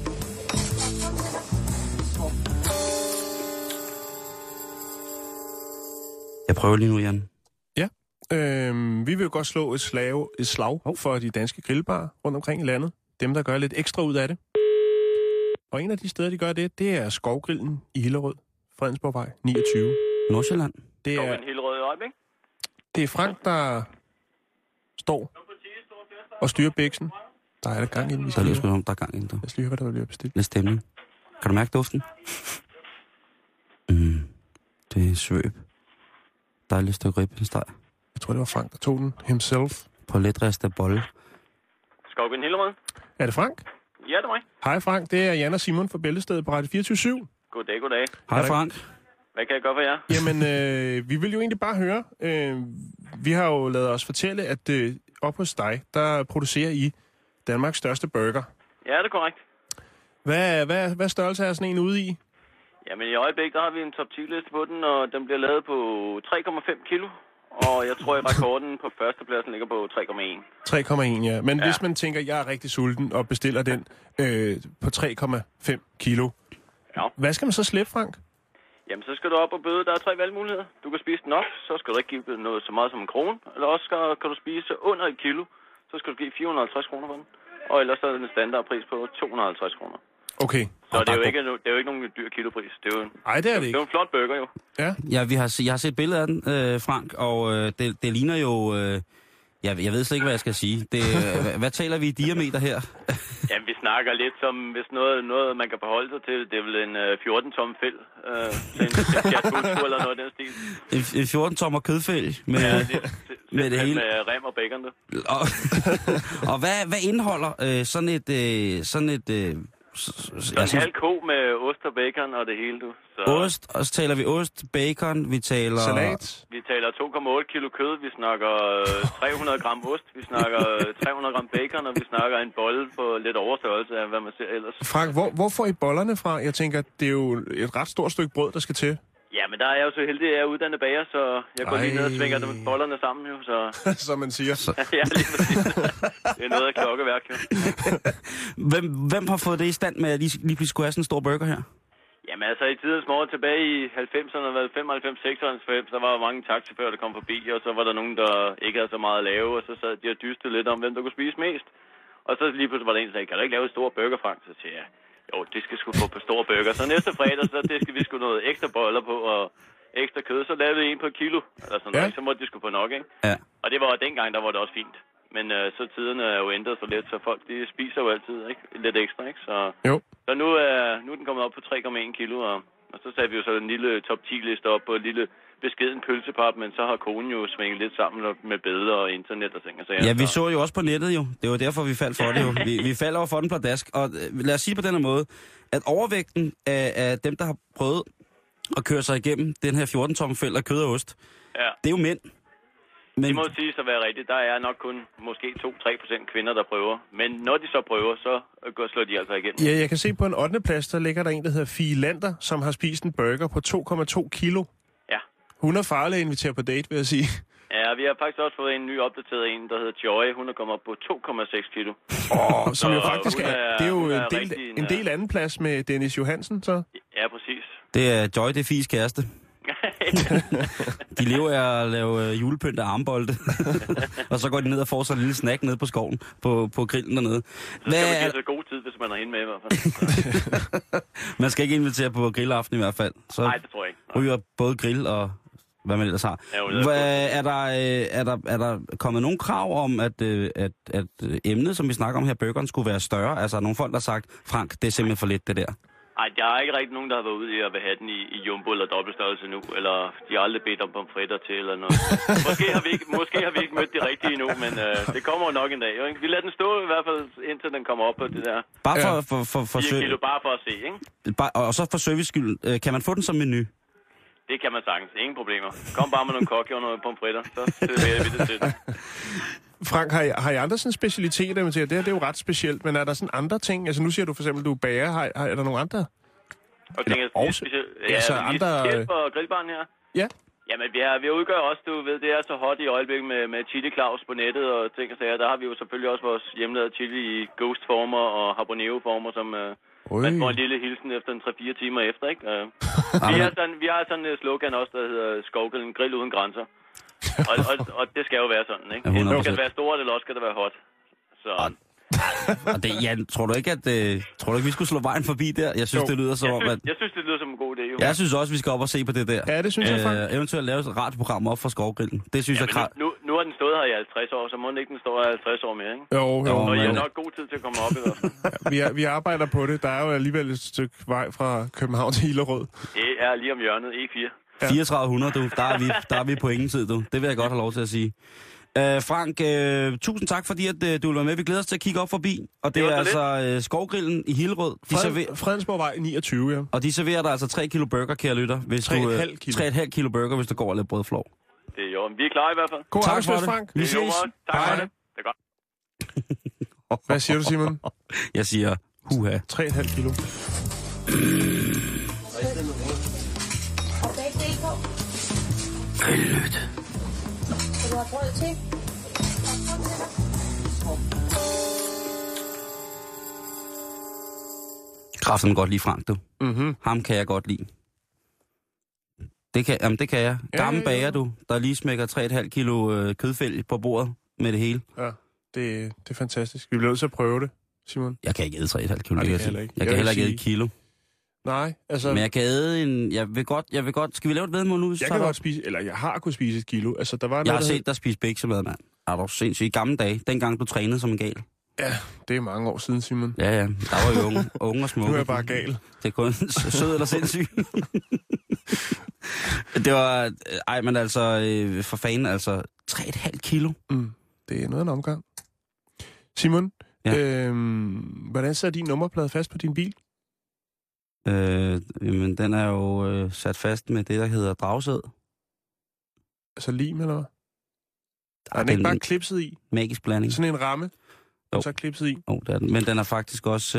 Jeg prøver lige nu, Jan. Ja, vi vil jo godt slå et slag for de danske grillbarer rundt omkring i landet. Dem, der gør lidt ekstra ud af det. Og en af de steder, de gør det, det er Skovgrillen i Hillerød, Fredensborgvej 29. Nordsjælland. Det er Frank, der står og styrer bæksen. Der er der gang inden. Der er gang inden. Lad os lige høre, hvad der bliver bestilt. Lidt stemning. Kan du mærke duften? Det er svøb. Dejligt stykke ribbensteg. Jeg tror, det var Frank, der tog den himself. På let ristet bolle. Skovgrillen Hillerød. Er det Frank? Ja, det er mig. Hej Frank, det er Jan og Simon fra Bæltestedet på Radio 24/7. Goddag. Hej Frank. Hvad kan jeg gøre for jer? Jamen, vi vil jo egentlig bare høre. Vi har jo lavet os fortælle, at op hos dig, der producerer I Danmarks største burger. Ja, det er korrekt. Hvad størrelse er sådan en ude i? Jamen, i øjeblikket, der har vi en top 10-liste på den, og den bliver lavet på 3,5 kilo. Og jeg tror, at rekorden på førstepladsen ligger på 3,1. 3,1, ja. Men hvis man tænker, at jeg er rigtig sulten og bestiller den på 3,5 kilo, ja. Hvad skal man så slippe, Frank? Jamen, så skal du op og bøde. Der er 3 valgmuligheder. Du kan spise den op, så skal du ikke give noget så meget som 1 krone. Eller også kan du spise under 1 kilo, så skal du give 450 kroner for den. Og ellers er det en standardpris på 250 kroner. Okay. Så det er jo ikke nogen dyr kilopris. Det er jo det er det ikke. Det er jo en flot burger, jo. Ja, jeg har set billeder af den, Frank, og det ligner jo... Jeg ved slet ikke, hvad jeg skal sige. Hvad taler vi i diameter her? Jamen, vi snakker lidt som, hvis noget man kan forholde sig til. Det er vel en 14-tom fæld. Eller noget af den stil. En 14-tommer kødfæld med, med det hele. Med rem og bacon. Og hvad indeholder sådan et en halv ko med ost og bacon og det hele, du. Så... Ost, og så taler vi ost, bacon, vi taler... Salat. Vi taler 2,8 kilo kød, vi snakker 300 gram ost, vi snakker 300 gram bacon, og vi snakker en bolle på lidt overstørrelse af, hvad man ser ellers. Frank, hvor får I bollerne fra? Jeg tænker, det er jo et ret stort stykke brød, der skal til. Ja, men der er jeg jo så heldig, at jeg er uddannet bager, så jeg går lige ned og svinger dem bollerne sammen, jo. Så... Som man siger. Ja, lige præcis. Det er noget af klokkeværk, jo. Hvem har fået det i stand med, at lige pludselig skulle have sådan en stor burger her? Jamen altså, i tidens morgen tilbage i 90'erne, 95-96, så var der mange taxichauffører, der kom forbi, og så var der nogen, der ikke havde så meget at lave, og så sad de og dystede lidt om, hvem der kunne spise mest. Og så lige pludselig var der en, der sagde, kan du ikke lave en stor burger, Frank? Så siger jeg, jo, det skal sgu få på store burger. Så næste fredag, så det skal vi sgu noget ekstra boller på, og ekstra kød, så lavede vi en på et kilo. Eller sådan noget, så måtte de sgu få nok, ikke? Ja. Og det var dengang, der var det også fint. Men så tiderne er jo ændret så lidt, så folk de spiser jo altid, ikke? Lidt ekstra, ikke? Så nu er den kommet op på 3,1 kilo, og så satte vi jo så en lille top 10-liste op på et lille beskeden pølsepap, men så har konen jo svinget lidt sammen med billeder og internet og ting. Ja, vi så jo også på nettet jo. Det var derfor, vi faldt for det jo. Vi faldt over for den pladask. Og lad os sige på denne måde, at overvægten af dem, der har prøvet at køre sig igennem den her 14-tomme fælde af kød og ost, det er jo mænd. Men det må sige så være rigtigt. Der er nok kun måske 2-3% kvinder, der prøver. Men når de så prøver, så slår de altså igennem. Ja, jeg kan se på en 8. plads, der ligger der en, der hedder Fie Lander, som har spist en burger på 2,2 kilo. Ja. Hun er farlig at invitere på date, vil jeg sige. Ja, vi har faktisk også fået en ny opdateret en, der hedder Joy. Hun er kommet op på 2,6 kilo. Som jo faktisk det er jo en del anden plads med Dennis Johansen, så? Ja, præcis. Det er Joy, det er Fies kæreste. De lever af at lave julepynt af armbolde. Og så går de ned og får sig en lille snack nede på skoven, på grillen dernede. Så skal man give sig god tid, hvis man har hende med i hvert fald. Man skal ikke invitere på grillaften i hvert fald. Så nej, det tror jeg ikke. Ryger både grill og hvad man ellers har. Er der kommet nogle krav om, at emnet, som vi snakker om her, burgeren, skulle være større? Altså, nogle folk, der har sagt, Frank, det er simpelthen for lidt, det der. Nej, der er ikke rigtig nogen, der har været ude i at have den i jumbo eller dobbeltstørrelse nu, eller de har aldrig bedt om pomfritter til eller noget. Måske har vi ikke mødt de rigtige endnu, men det kommer nok en dag. Jo, ikke? Vi lader den stå i hvert fald, indtil den kommer op på det der. Bare for 4 kilo, bare for at se, ikke? Og så for service skyld, kan man få den som menu? Det kan man sagtens. Ingen problemer. Kom bare med nogle kokke og nogle pomfritter, så serverer vi det til dig. Frank, har I andre sådan specialiteter? Det er jo ret specielt, men er der sådan andre ting? Altså nu siger du for eksempel, du er bager. Er der nogle andre? Og tænker, andre... Specielt for grillbaren her? Ja. Jamen, vi udgør også, du ved, det er så hot i øjeblikket med chili Claus på nettet og ting og sager. Der har vi jo selvfølgelig også vores hjemmelavede chili i ghost-former og habanero-former, som man får en lille hilsen efter en 3-4 timer efter, ikke? Vi har sådan en slogan også, der hedder Skovgrillen, grill uden grænser. Og det skal jo være sådan, ikke? Det skal være stort, eller også skal det være hot. Så... Og det, tror du ikke, vi skulle slå vejen forbi der? Jeg synes, det lyder som om, at... Jeg synes, det lyder som en god idé, jo. Jeg synes også, vi skal op og se på det der. Ja, det synes jeg faktisk. Eventuelt lave et radioprogram op for Skovgrillen. Det synes jeg... Nu har den stået her i 50 år, så må den ikke den står her 50 år mere, ikke? Jo. Og I har nok god tid til at komme op i hvert fald. Vi arbejder på det. Der er jo alligevel et stykke vej fra København til Hillerød. Det er lige om hjørnet, E4. 3400, du. Der er vi på ingen tid, du. Det vil jeg godt have lov til at sige. Frank, tusind tak, fordi at, du vil være med. Vi glæder os til at kigge op forbi. Og det er altså Skovgrillen i Hillerød. Fredensborgvej 29, ja. Og de serverer der altså 3 kilo burger, kære lytter. 3,5 kilo burger, hvis du går og laver brødflov. Det er jo. Vi er klar i hvert fald. God arbejdsplads, Frank. Vi ses. Tak for det. Det er godt. Hvad siger du, Simon? Jeg siger, 3,5 kilo. Øllet. Skal du have brød til? Kraften godt lide Frank, du. Mm-hmm. Ham kan jeg godt lide. Det kan jeg. Gammel bager, du, der lige smækker 3,5 kilo kødfæld på bordet med det hele. Ja, det er fantastisk. Vi bliver nødt til at prøve det, Simon. Jeg kan ikke æde 3,5 kilo. Nej, jeg kan heller ikke æde et kilo. Nej, altså... Men jeg kan æde en... Jeg vil godt... Skal vi lave et vedmål nu? Jeg kan godt spise... Eller jeg har kunnet spise et kilo. Altså, der var jeg har set dig spise biksemad, mand. Er du sindssygt? I gamle dage, dengang du trænede som en gal. Ja, det er mange år siden, Simon. Ja. Der var jo unge og smukke. Nu er jeg bare gal. Det er kun sød eller sindssyg. Det var... Ej, men altså... For fanden, altså... 3,5 kilo. Det er noget af en omgang. Simon, hvordan sidder din nummerplade fast på din bil? Jamen, den er jo sat fast med det, der hedder dragsæd. Altså lim, eller hvad? Er den ikke bare klipset i? Magisk blanding. Sådan en ramme, og så klipset i? Jo, det er den. Men den er faktisk også...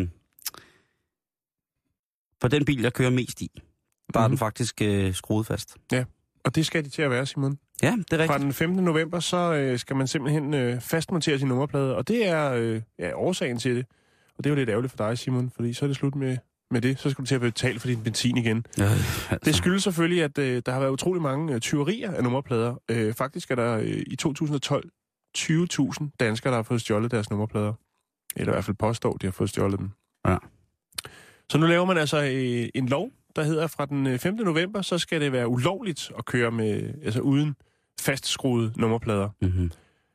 for den bil, jeg kører mest i, der er den faktisk skruet fast. Ja, og det skal de til at være, Simon. Ja, det er rigtigt. Fra den 15. november, så skal man simpelthen fastmontere sin nummerplade, og det er årsagen til det. Og det er jo lidt ærgerligt for dig, Simon, fordi så er det slut med det. Så skal du til at betale for din benzin igen. Ja, altså. Det skyldes selvfølgelig, at der har været utrolig mange tyverier af nummerplader. Faktisk er der i 2012 20.000 danskere, der har fået stjålet deres nummerplader. Eller i hvert fald påstår, de har fået stjålet dem. Ja. Så nu laver man altså en lov der hedder, fra den 5. november, så skal det være ulovligt at køre med, altså uden fastskruede nummerplader. Mm-hmm.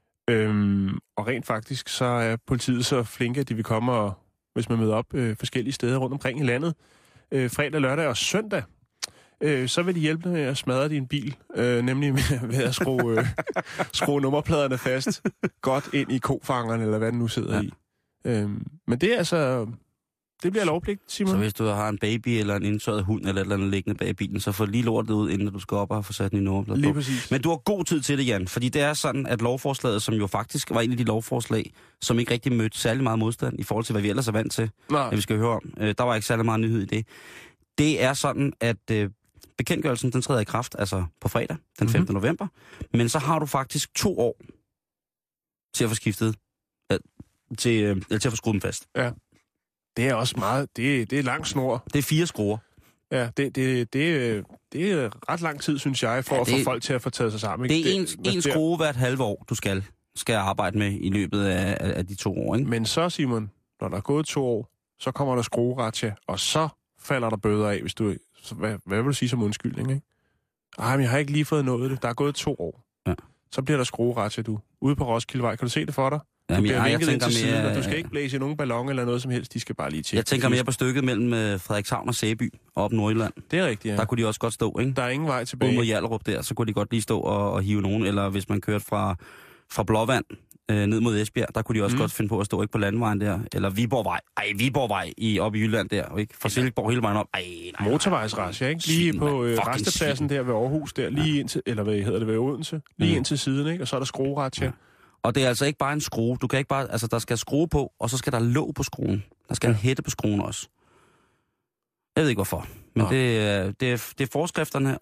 Og rent faktisk, så er politiet så flinke, at de vil komme, og, hvis man møder op forskellige steder rundt omkring i landet, fredag, lørdag og søndag, så vil de hjælpe med at smadre din bil, nemlig ved at skrue nummerpladerne fast godt ind i kofangeren, eller hvad den nu sidder i. Men det er altså... Det bliver lovpligt, Simon. Så hvis du har en baby eller en indtørret hund eller et eller andet liggende bag bilen, så få lige lortet ud, inden du skal op og få sat en nummerplade på. Lige præcis. Men du har god tid til det, Jan, fordi det er sådan, at lovforslaget, som jo faktisk var en af de lovforslag, som ikke rigtig mødte særlig meget modstand i forhold til, hvad vi ellers er vant til, at vi skal høre om. Der var ikke særlig meget nyhed i det. Det er sådan, at bekendtgørelsen, den træder i kraft, altså på fredag, den 5. november, men så har du faktisk 2 år til at få skiftet, til at få skruet dem fast. Ja. Det er også meget... Det er lang snor. Det er 4 skruer. Ja, det er ret lang tid, synes jeg, for at få folk til at få taget sig sammen. Ikke? Det er en skrue hvert halve år, du skal arbejde med i løbet af de 2 år, ikke? Men så, Simon, når der er gået 2 år, så kommer der skrueratje, og så falder der bøder af, hvis du... Hvad vil du sige som undskyldning, ikke? Men jeg har ikke lige fået nået det. Der er gået 2 år. Ja. Så bliver der skrueratje, du. Ude på Roskildevej. Kan du se det for dig? Jamen, jeg tænker siden, mere... Du skal ikke blæse i nogen ballon eller noget som helst. De skal bare lige tjekke. Jeg tænker mere på stykket mellem Frederikshavn og Sæby op Nordjylland. Det er rigtigt, ja. Der kunne de også godt stå, ikke? Der er ingen vej tilbage. Ude mod Hjallerup der, så kunne de godt lige stå og hive nogen. Eller hvis man kørte fra Blåvand ned mod Esbjerg, der kunne de også godt finde på at stå ikke på landvejen der. Eller Viborgvej. Viborgvej oppe i Jylland der, ikke? Fra Silkeborg hele vejen op. Motorvejsrazzia, ikke? Lige på rastepladsen der ved Aarhus der, lige ind til, eller hvad hedder det, ved Odense. Lige ind til siden, ikke? Og så er der skrueratje. Ja. Og det er altså ikke bare en skrue. Du kan ikke bare... Altså, der skal skrue på, og så skal der låg på skruen. Der skal en hætte på skruen også. Jeg ved ikke hvorfor. Men det er forskrifterne,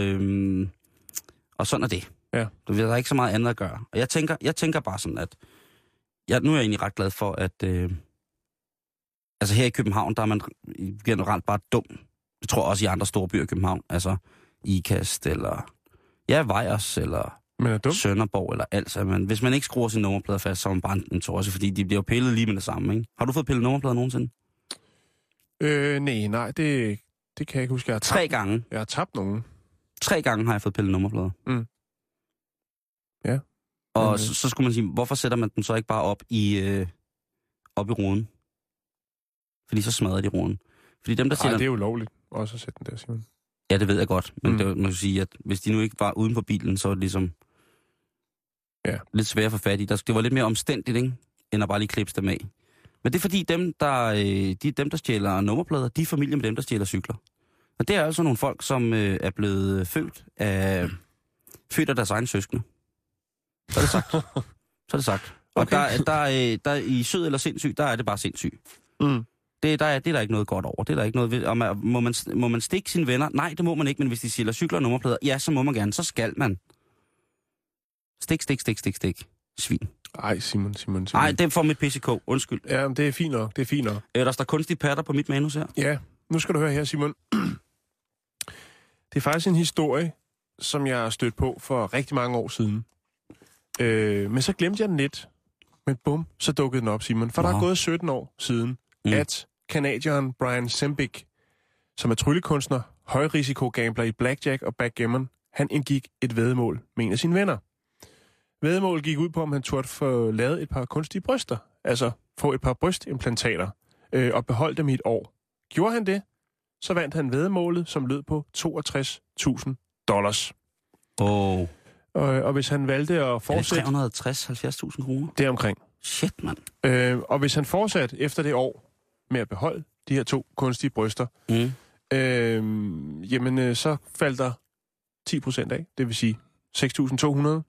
og sådan er det. Ja. Der er ikke så meget andet at gøre. Og jeg tænker bare sådan, at... nu er jeg egentlig ret glad for, at... altså her i København, der er man generelt bare dum. Jeg tror også i andre store byer i København. Altså Ikast, eller... Ja, Vejers, eller... Sønderborg eller alt. Men hvis man ikke skruer sin nummerplade fast, så er man bare en tosse, fordi de bliver jo pillet lige med det samme, ikke? Har du fået pillet nummerplader nogensinde? Nej, det kan jeg ikke huske. Jeg har tabt 3 gange. Jeg har tabt nogen. 3 gange har jeg fået pillet nummerplader. Mm. Ja. Og så skulle man sige, hvorfor sætter man den så ikke bare op i ruden? Fordi så smadrer de ruden. Fordi dem, der det er jo lovligt også at sætte den der, Simon. Ja, det ved jeg godt. Men det, man kan sige, at hvis de nu ikke var uden på bilen, så var det ligesom lidt svært at få fat i. Det var lidt mere omstændigt, ikke? End at bare lige klippe dem af. Men det er fordi, dem, der stjæler nummerplader, de er familie med dem, der stjæler cykler. Og det er altså nogle folk, som er blevet født af deres egen søskende. Så er det sagt. Okay. Og der i sød eller sindssyg, der er det bare sindssyg. Mm. Det er der ikke noget godt over. Det er der ikke noget ved. Og må man stikke sine venner? Nej, det må man ikke, men hvis de stjæler cykler og nummerplader, ja, så må man gerne. Så skal man. Stik. Svin. Ej, Simon. Nej, det får mit PCK. Undskyld. Ja, men det er fint nok. Der står kunstige patter på mit manus her. Ja, nu skal du høre her, Simon. Det er faktisk en historie, som jeg har stødt på for rigtig mange år siden. Men så glemte jeg den lidt. Men bum, så dukkede den op, Simon. For der er gået 17 år siden, at kanadieren Brian Sembik, som er tryllekunstner, højrisikogambler i blackjack og backgammon, han indgik et væddemål med en af sine venner. Væddemålet gik ud på, om han turde få lavet et par kunstige bryster, altså få et par brystimplantater, og beholde dem i et år. Gjorde han det, så vandt han væddemålet, som lød på $62,000. Og hvis han valgte at fortsætte... Er det 360-70.000 kroner? Det er omkring. Shit, mand. Og hvis han fortsatte efter det år med at beholde de her 2 kunstige bryster, jamen så faldt der 10% af. Det vil sige $6.200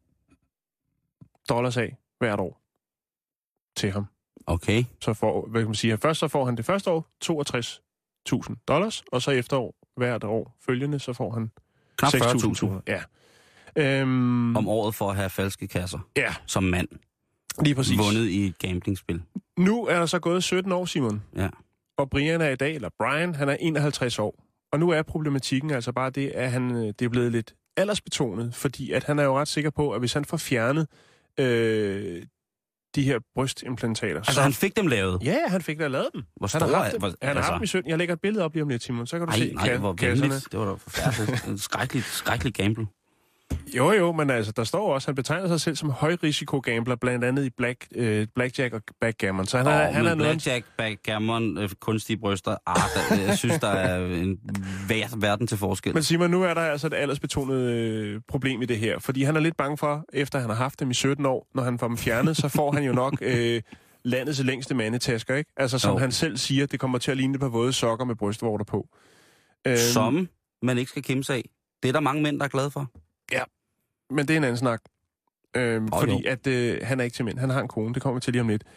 af hvert år til ham. Okay. Så hvad kan man sige? Først så får han det første år $62,000, og så efter hvert år følgende, så får han knap 40.000. Ja. Om året for at have falske kasser. Ja. Som mand. Lige præcis. Vundet i et gamblingspil. Nu er der så gået 17 år, Simon. Ja. Og Brian er i dag, eller Brian, han er 51 år. Og nu er problematikken altså bare det, at det er blevet lidt aldersbetonet, fordi at han er jo ret sikker på, at hvis han får fjernet de her brystimplantater. Altså, han fik dem lavet? Ja, han fik da lavet dem. Hvor store han har haft dem i 17. Jeg lægger et billede op lige om lidt, Simon. Så kan du se kasserne. Det var da forfærdeligt. En skrækkelig gamble. Jo, men altså, der står også, han betegner sig selv som højrisiko-gambler, blandt andet i blackjack og backgammon. Så han er blackjack, backgammon, kunstige bryster, jeg synes, der er en verden til forskel. Men Simon, nu er der altså et aldersbetonet problem i det her, fordi han er lidt bange for, efter han har haft dem i 17 år, når han får dem fjernet, så får han jo nok landets længste mandetasker, ikke? Altså, som han selv siger, det kommer til at ligne på våde sokker med brystvorter på. Som man ikke skal kæmpe sig af. Det er der mange mænd, der er glade for. Ja, men det er en anden snak. Fordi at han er ikke til mænd. Han har en kone. Det kommer vi til lige om lidt.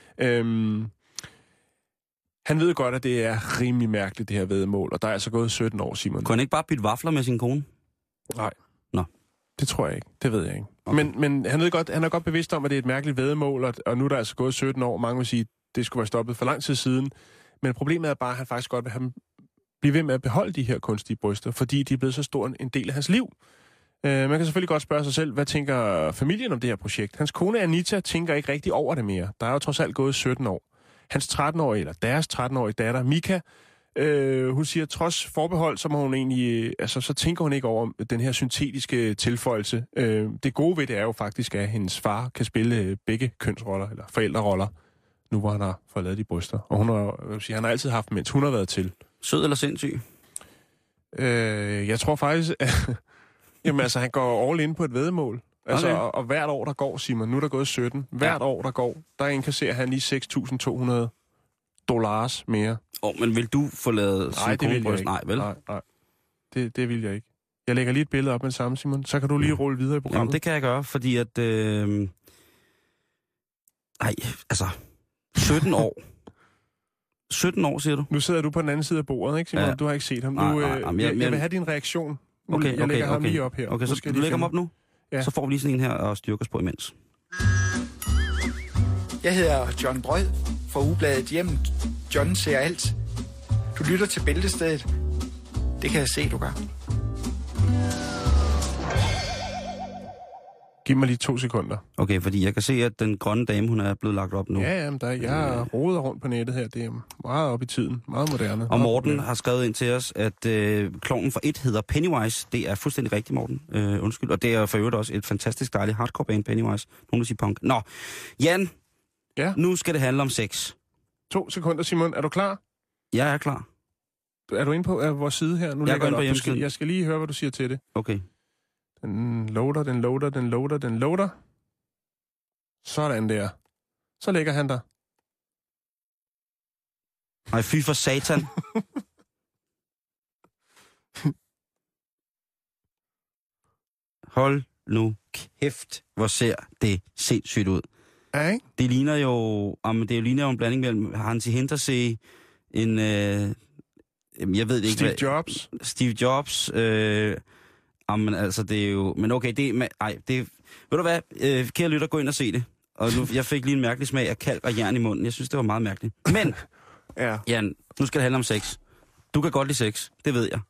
Han ved godt, at det er rimelig mærkeligt, det her væddemål. Og der er altså gået 17 år, Simon. Kunne han ikke bare bytte vafler med sin kone? Nej. Nå. Det tror jeg ikke. Det ved jeg ikke. Okay. Men han er godt bevidst om, at det er et mærkeligt væddemål. Og nu er der altså gået 17 år. Mange vil sige, at det skulle være stoppet for lang tid siden. Men problemet er bare, at han faktisk godt vil blive ved med at beholde de her kunstige bryster. Fordi de er blevet så stor en del af hans liv. Man kan selvfølgelig godt spørge sig selv, hvad tænker familien om det her projekt? Hans kone Anita tænker ikke rigtig over det mere. Der er jo trods alt gået 17 år. Hans 13-årige, eller deres 13-årige datter, Mika, hun siger, trods forbehold, så må hun egentlig, så tænker hun ikke over den her syntetiske tilføjelse. Det gode ved det er jo faktisk, at hendes far kan spille begge kønsroller, eller forældreroller, nu hvor han har fået lavet de bryster. Og han har altid haft, mens hun har været til. Sød eller sindssyg? Jeg tror faktisk, jamen altså, han går all in på et væddemål. Altså, okay. og hvert år, der går, Simon, nu er der gået 17. Hvert år, der går, der indkasserer han lige $6.200 mere. Men vil du få lavet silikonbryst? Nej, vel? Nej. Det vil jeg ikke. Jeg lægger lige et billede op med det samme, Simon. Så kan du lige rulle videre i programmet. Jamen, det kan jeg gøre, fordi at... 17 år. 17 år, siger du? Nu sidder du på den anden side af bordet, ikke, Simon? Ja. Du har ikke set ham. Jeg vil have din reaktion. Jeg lægger ham lige op her. Okay, så du lægger ham op nu? Ja. Så får vi lige sådan en her og styrker os på imens. Jeg hedder John Brød fra ugebladet Hjemmet. John ser alt. Du lytter til Bæltestedet. Det kan jeg se, du gør. Giv mig lige 2 sekunder. Okay, fordi jeg kan se, at den grønne dame, hun er blevet lagt op nu. Ja, jamen, jeg roder rundt på nettet her. Det er meget op i tiden. Meget moderne. Og Morten har skrevet ind til os, at klovnen for 1 hedder Pennywise. Det er fuldstændig rigtigt, Morten. Undskyld. Og det er for øvrigt også et fantastisk dejligt hardcore band, Pennywise. Nogen vil sige punk. Nå, Jan. Ja? Nu skal det handle om sex. 2 sekunder, Simon. Er du klar? Jeg er klar. Er du inde på vores side her? Nu jeg går ind på hjemmesiden. Jeg skal lige høre, hvad du siger til det. Okay. Den loader. Sådan der. Så lægger han der. Ej, fy for satan. Hold nu kæft, hvor ser det sindssygt ud. Ja, ikke? Det ligner jo en blanding mellem Hansi Hinterseer, jeg ved det ikke. Steve Jobs. Men altså, det er jo... Men okay, ved du hvad? Kære lytter, gå ind og se det. Og nu, jeg fik lige en mærkelig smag af kalk og jern i munden. Jeg synes, det var meget mærkeligt. Men, ja. Jan, nu skal det handle om sex. Du kan godt lide sex. Det ved jeg.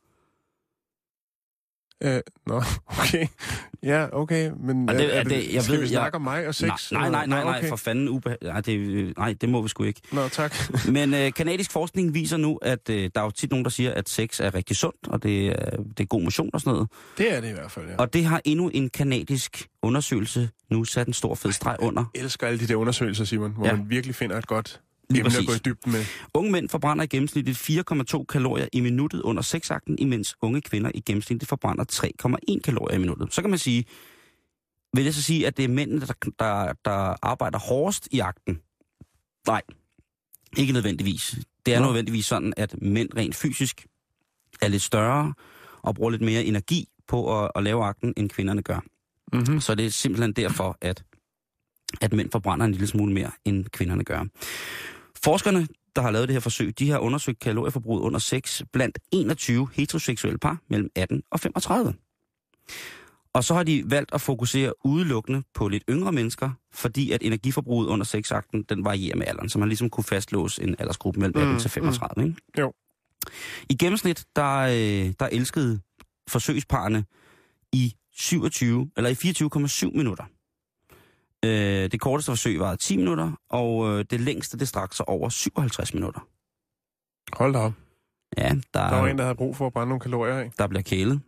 Okay. Ja, okay. Men skal vi snakke om mig og sex? Nej, for fanden. Nej, det må vi sgu ikke. Nå, tak. Men kanadisk forskning viser nu, at der er jo tit nogen, der siger, at sex er rigtig sundt, og det er god motion og sådan noget. Det er det i hvert fald, ja. Og det har endnu en kanadisk undersøgelse nu sat en stor fed streg under. Jeg elsker alle de der undersøgelser, Simon, hvor man virkelig finder et godt emne at gå i dybden med. Unge mænd forbrænder i gennemsnit 4,2 kalorier i minuttet under sexakten, imens unge kvinder i gennemsnit forbrænder 3,1 kalorier i minuttet. Så kan man sige, vil jeg så sige, at det er mændene, der arbejder hårdest i akten? Nej, ikke nødvendigvis. Det er nødvendigvis sådan, at mænd rent fysisk er lidt større og bruger lidt mere energi på at lave akten, end kvinderne gør. Mm-hmm. Så det er simpelthen derfor, at mænd forbrænder en lille smule mere, end kvinderne gør. Forskerne, der har lavet det her forsøg, de har undersøgt kalorieforbruget under sex blandt 21 heteroseksuelle par mellem 18 og 35. Og så har de valgt at fokusere udelukkende på lidt yngre mennesker, fordi at energiforbruget under sexakten, den varierer med alderen, så man ligesom kunne fastlåse en aldersgruppe mellem 18 til 35. Ikke? Jo. I gennemsnit, der elskede forsøgsparerne i 24,7 minutter. Det korteste forsøg var 10 minutter, og det længste, det strakte sig over 57 minutter. Hold da op. Ja, der var en, der havde brug for at brænde nogle kalorier af. Der bliver kælet.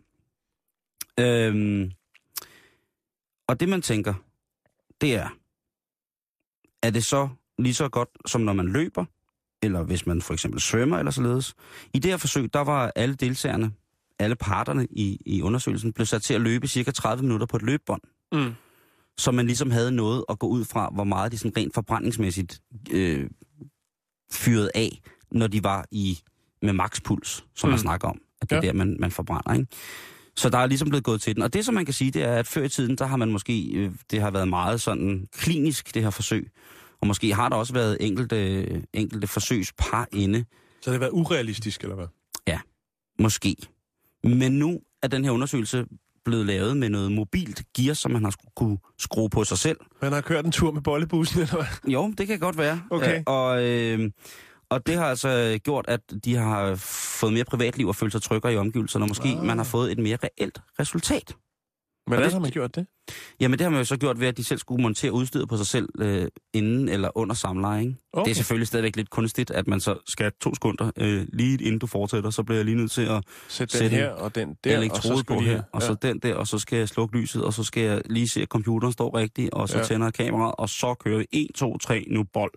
Og det, man tænker, det er det så lige så godt, som når man løber, eller hvis man for eksempel svømmer eller således. I det her forsøg, der var alle deltagerne, alle parterne i undersøgelsen, blev sat til at løbe cirka 30 minutter på et løbebånd. Mm. Så man ligesom havde noget at gå ud fra, hvor meget de sådan rent forbrændingsmæssigt fyrede af, når de var med makspuls, som man snakker om. At det er der, man forbrænder, ikke? Så der er ligesom blevet gået til den. Og det, som man kan sige, det er, at før i tiden, der har man måske, det har været meget sådan klinisk, det her forsøg. Og måske har der også været enkelte forsøgspar inde. Så det har været urealistisk, eller hvad? Ja, måske. Men nu er den her undersøgelse blevet lavet med noget mobilt gear, som man har kunne skrue på sig selv. Man har kørt en tur med bollebussen, eller hvad? Jo, det kan godt være. Okay. Og det har altså gjort, at de har fået mere privatliv og følt sig tryggere i omgivelserne, og måske man har fået et mere reelt resultat. Hvordan har man gjort det? Jamen det har man jo så gjort ved, at de selv skulle montere udstyret på sig selv inden eller under samleje, ikke? Okay. Det er selvfølgelig stadigvæk lidt kunstigt, at man så skal 2 sekunder, lige inden du fortsætter, så bliver jeg lige nødt til at sætte den her og den der, elektrode på her, og så den der, og så skal jeg slukke lyset, og så skal jeg lige se, at computeren står rigtigt, og så tænder jeg kameraet, og så kører vi 1, 2, 3, nu bold.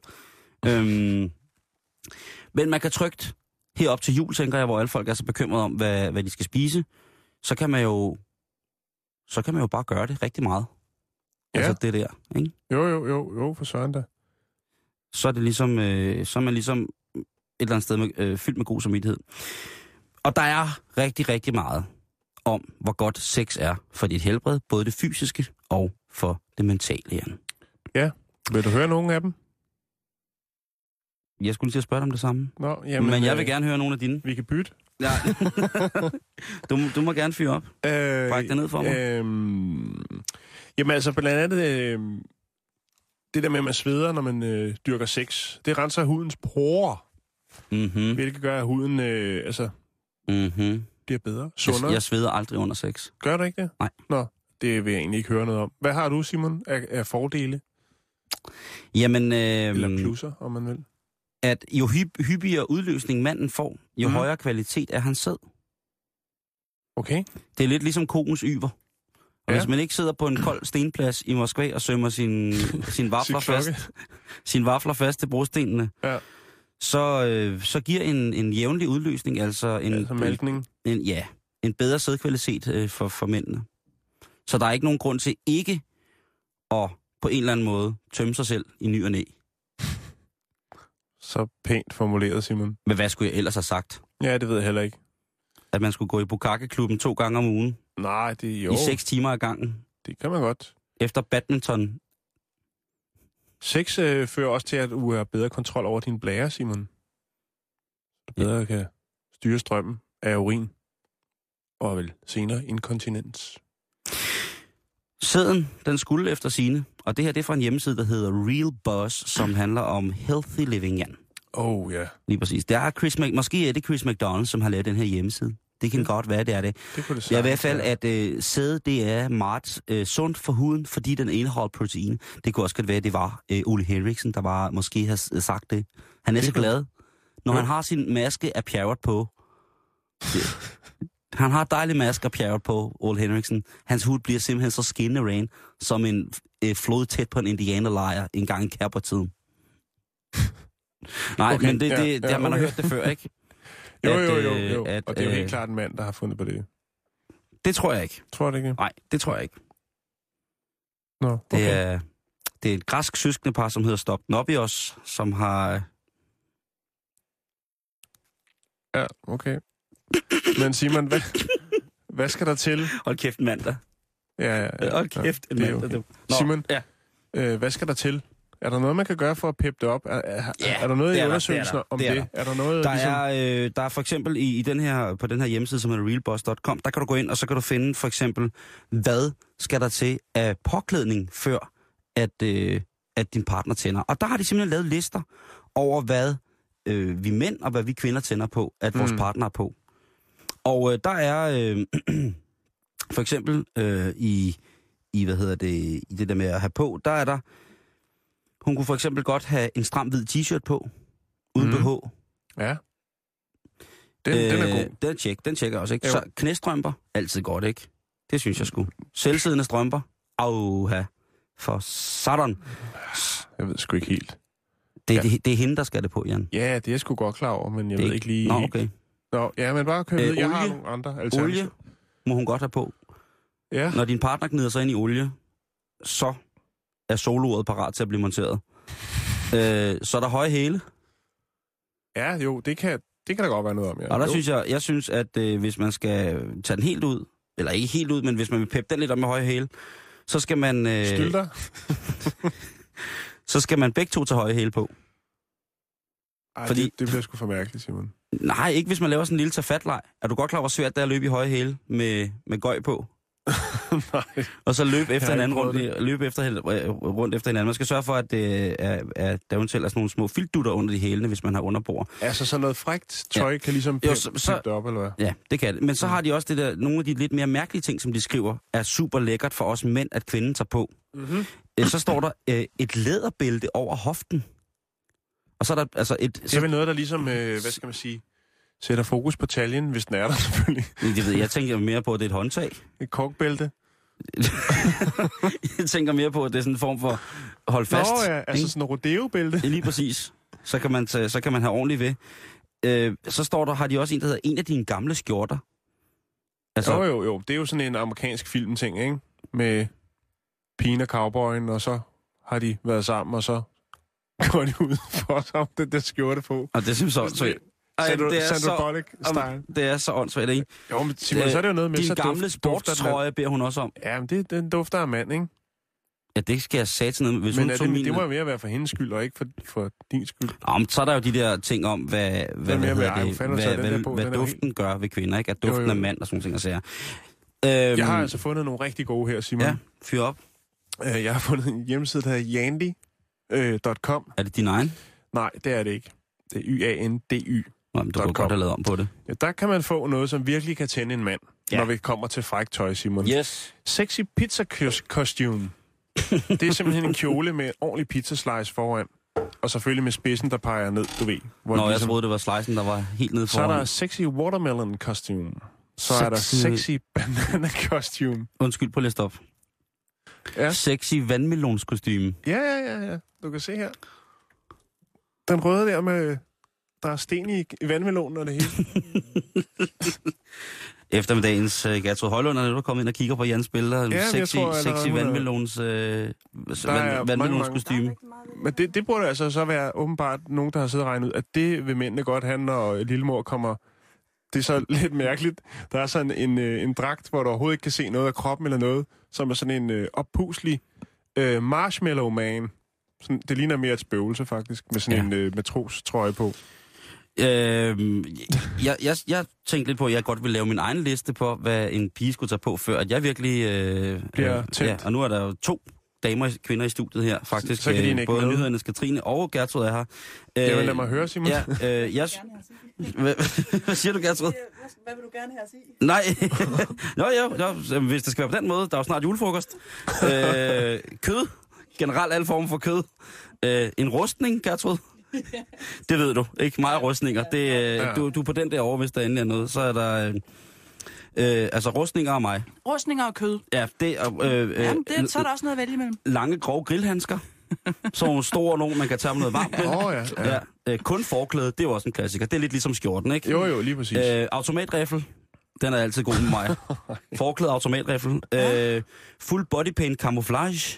Men man kan trygt herop til jul, tænker jeg, hvor alle folk er så bekymrede om, hvad de skal spise, så kan man jo bare gøre det rigtig meget. Ja. Altså det der, ikke? Jo, for søren da. Så er det ligesom, så er man ligesom et eller andet sted fyldt med god samvittighed. Og der er rigtig, rigtig meget om, hvor godt sex er for dit helbred, både det fysiske og for det mentale, Jan. Ja, vil du høre nogen af dem? Jeg skulle lige til at spørge dig om det samme. Nå, jamen, men jeg vil gerne høre nogle af dine. Vi kan bytte. Ja. du må gerne fyre op. Bræk det ned for mig. Jamen altså, blandt andet det der med, at man sveder, når man dyrker sex, det renser hudens porer. Mm-hmm. Hvilket gør, at huden bliver bedre, sundere. Jeg sveder aldrig under sex. Gør du ikke det? Nej. Nå, det vil jeg egentlig ikke høre noget om. Hvad har du, Simon, af fordele? Jamen... Eller plusser, om man vil. At jo hyppigere udløsning manden får, jo højere kvalitet er hans sæd. Okay. Det er lidt ligesom koens yver. Og hvis man ikke sidder på en kold stenplads i Moskva og sømmer sin vafler fast til brostenene, så giver en jævnlig udløsning, altså malkning. En bedre sædkvalitet for mændene. Så der er ikke nogen grund til ikke at på en eller anden måde tømme sig selv i ny og næ. Så pænt formuleret, Simon. Men hvad skulle jeg ellers have sagt? Ja, det ved jeg heller ikke. At man skulle gå i Bukake-klubben 2 gange om ugen? Nej, det er jo... I 6 timer ad gangen? Det kan man godt. Efter badminton? Sex fører også til, at du har bedre kontrol over dine blære, Simon. Du bedre kan styre strømmen af urin. Og vel senere inkontinens. Sæden, den skulle efter sine. Og det her, det er fra en hjemmeside, der hedder Real Buzz, som handler om healthy living, Jan. Ja. Lige præcis. Det er måske er det Chris McDonald, som har lavet den her hjemmeside. Det kan godt være, det er det. Det kunne det i hvert fald, at sæde, det er meget sundt for huden, fordi den indeholder protein. Det kunne også godt være, at det var Ole Henriksen, der var måske har sagt det. Han er så glad, når han har sin maske af Pjerrot på. Han har dejlig maske af Pjerrot på, Ole Henriksen. Hans hud bliver simpelthen så skinnende ren, som en flod tæt på en indianerlejr en gang i Kærpertiden. Nej, okay, men det har man har hørt det før, ikke? Jo. Og det er jo helt klart en mand, der har fundet på det. Det tror jeg ikke. Tror du ikke? Nej, det tror jeg ikke. Nå, okay. Det er et græsk søskendepar, som hedder Stopnobios, som har... Ja, okay. Men Simon, hvad skal der til? Hold kæft, mandag. Ja. Hold kæft, en mandag. Okay. Simon, hvad skal der til? Er der noget, man kan gøre for at peppe det op? Er der noget i undersøgelsen om det? Er der noget, der er for eksempel på den her hjemmeside, som er realboss.com, der kan du gå ind, og så kan du finde for eksempel, hvad skal der til af påklædning, før at din partner tænder. Og der har de simpelthen lavet lister over, hvad vi mænd og hvad vi kvinder tænder på, at vores partner er på. Og der er for eksempel i det der med at have på, der er der... Hun kunne for eksempel godt have en stram hvid t-shirt på, uden BH. Ja. Den er god. Den tjekker også, ikke? Jo. Så knæstrømper, altid godt, ikke? Det synes jeg sgu. Selvsiddende strømper, auha, for sådan. Jeg ved sgu ikke helt. Det er hende, der skal det på, Jan. Ja, det er jeg sgu godt klar over, men jeg ved ikke lige... Nå, okay. Nå, ja, men bare kør ned. Jeg har olie. nogle andre alternativer. Olie må hun godt have på. Ja. Når din partner gnider sig ind i olie, så er soloret parat til at blive monteret. Så er der høje hæle. Ja, jo, det kan der godt være noget om, ja. Og der synes jeg synes, at hvis man skal tage den helt ud, eller ikke helt ud, men hvis man vil peppe den lidt op med høje hæle, så skal man... Stylter. Så skal man begge to tage høje hæle på. Ej, fordi... det bliver sgu for mærkeligt, Simon. Nej, ikke hvis man laver sådan en lille tafatleg. Er du godt klar, hvor svært det er at løbe i høje hæle med gøj på? Nej. Og så løbe efter hinanden rundt efter hinanden. Man skal sørge for, at der eventuelt er sådan nogle små filtdutter under de hælene, hvis man har underbord. Altså så noget frækt tøj kan ligesom pippe det op, eller hvad? Ja, det kan det. Men så har de også det der, nogle af de lidt mere mærkelige ting, som de skriver, er super lækkert for os mænd, at kvinden tager på. Mm-hmm. Så står der et læderbælte over hoften. Og så er der altså et... Det er vel noget, der ligesom, hvad skal man sige, sætter fokus på taljen, hvis den er der selvfølgelig. Det ved jeg. Jeg tænker mere på, at det er et håndtag. Et korkbælte. Jeg tænker mere på, at det er sådan en form for hold fast. Nå ja, altså sådan en rodeo-bælte. Lige præcis. Så kan man have ordentligt ved. Så står der, har de også en, der hedder en af dine gamle skjorter. Altså, jo. Det er jo sådan en amerikansk filmting, ikke? Med pigen og cowboyen, og så har de været sammen, og så går de ud for os om den der skjorte på. Og det synes jeg også. Sandra Bullock-style. Det er så åndssvagt, ikke? Jo, men Simon, så er det jo noget med... Din gamle sportstrøje beder hun også om. Ja, men den dufter af mand, ikke? Ja, det skal jeg sige til noget. Hvis men hun det må jo mere være for hendes skyld, og ikke for din skyld. Nå, men så er der jo de der ting om, hvad duften gør ved kvinder, ikke? At duften er mand og sådan ting at sige. Jeg har altså fundet nogle rigtig gode her, Simon. Ja, fyr op. Jeg har fundet en hjemmeside, der hedder yandy.com. Er det din egen? Nej, det er det ikke. Det er Y-A-N-D-Y. Nå, men du kan godt have lavet om på det. Ja, der kan man få noget, som virkelig kan tænde en mand, når vi kommer til frækt tøj, Simon. Yes. Sexy pizza costume. Det er simpelthen en kjole med en ordentlig pizzaslice foran. Og selvfølgelig med spidsen, der peger ned, du ved. Nå, jeg troede, det var slicen, der var helt nede foran. Så er der sexy watermelon costume. Så er der sexy banana costume. Undskyld på list op. Ja. Sexy vandmelonskostyme. Ja. Du kan se her. Den røde der med... Der er sten i vandmelonen og det hele. Eftermiddagens Gertrud Højlund er kommet ind og kigger på Jans billeder. Ja, sexy vandmelonskostyme. Men det burde altså så være åbenbart nogen, der har siddet og regnet ud, at det vil mændene godt have, når lillemor kommer. Det er så lidt mærkeligt. Der er sådan en dragt, hvor du overhovedet ikke kan se noget af kroppen eller noget, som er sådan en oppuslig marshmallow man. Sådan, det ligner mere et spøgelse faktisk, med sådan en matrostrøje på. Jeg tænkte lidt på, at jeg godt vil lave min egen liste på, hvad en pige skulle tage på, før at jeg virkelig... bliver tæt. Ja, og nu er der jo 2 kvinder i studiet her, faktisk. Så kan de både nyhedernes Katrine og Gertrud er her. Det vil lade mig høre, Simon. Hvad siger du, Gertrud? Hvad vil du gerne have at sige? Hvis det skal være på den måde, der er jo snart julefrokost. Kød. Generelt alle former for kød. En rustning, Gertrud. Det ved du, ikke? Meget rustninger. Du er på den der over, hvis der endelig er noget. Så er der altså rustninger og mig. Rustninger og kød. Ja, så er der også noget at vælge imellem. Lange, grove grillhandsker. Så nogle store nogen, man kan tage med noget varmt med. Kun forklæde, det er jo også en klassiker. Det er lidt ligesom skjorten, ikke? Jo, lige præcis. Automatriffel. Den er altid god med mig. Forklæde automatriffel. Full body paint camouflage.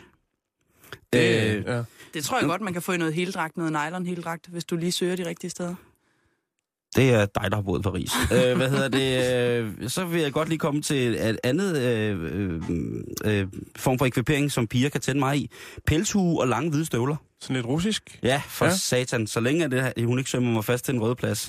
Det tror jeg godt, man kan få i noget heldragt, noget nylon-heldragt, hvis du lige søger de rigtige steder. Det er dig, der har boet i Paris. Så vil jeg godt lige komme til et andet form for ekvipering, som piger kan tænde mig i. Pelshue og lange hvide støvler. Sådan lidt russisk? Ja, for satan. Så længe er det, hun ikke sømmer mig fast til en rød plads.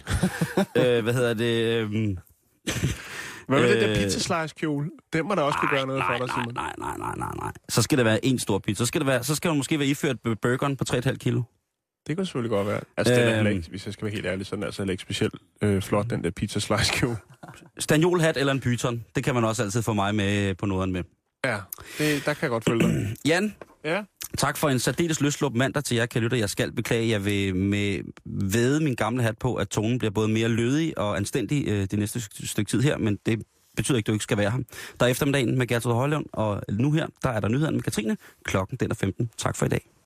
Hvad med det der pizzaslice-kjole? Den må da også kunne gøre noget for dig, Simon. Nej. Så skal det være en stor pizza. Så skal hun måske være iført burgeren på 3,5 kilo. Det kan selvfølgelig godt være. Altså, den er heller ikke, hvis jeg skal være helt ærlig, sådan altså ikke specielt flot, den der pizzaslice-kjole. Stanjolhat eller en python, det kan man også altid få mig med på noderen med. Ja, der kan jeg godt følge dig. Jan? Ja? Tak for en særdeles løslup mandag til jer, kan lytte. Jeg skal beklage, jeg vil væde min gamle hat på, at tonen bliver både mere lødig og anstændig det næste stykke tid her, men det betyder ikke, at du ikke skal være her. Der er eftermiddagen med Gertrud Højlund, og nu her, der er der nyhederne med Katrine. Klokken den er 15. Tak for i dag.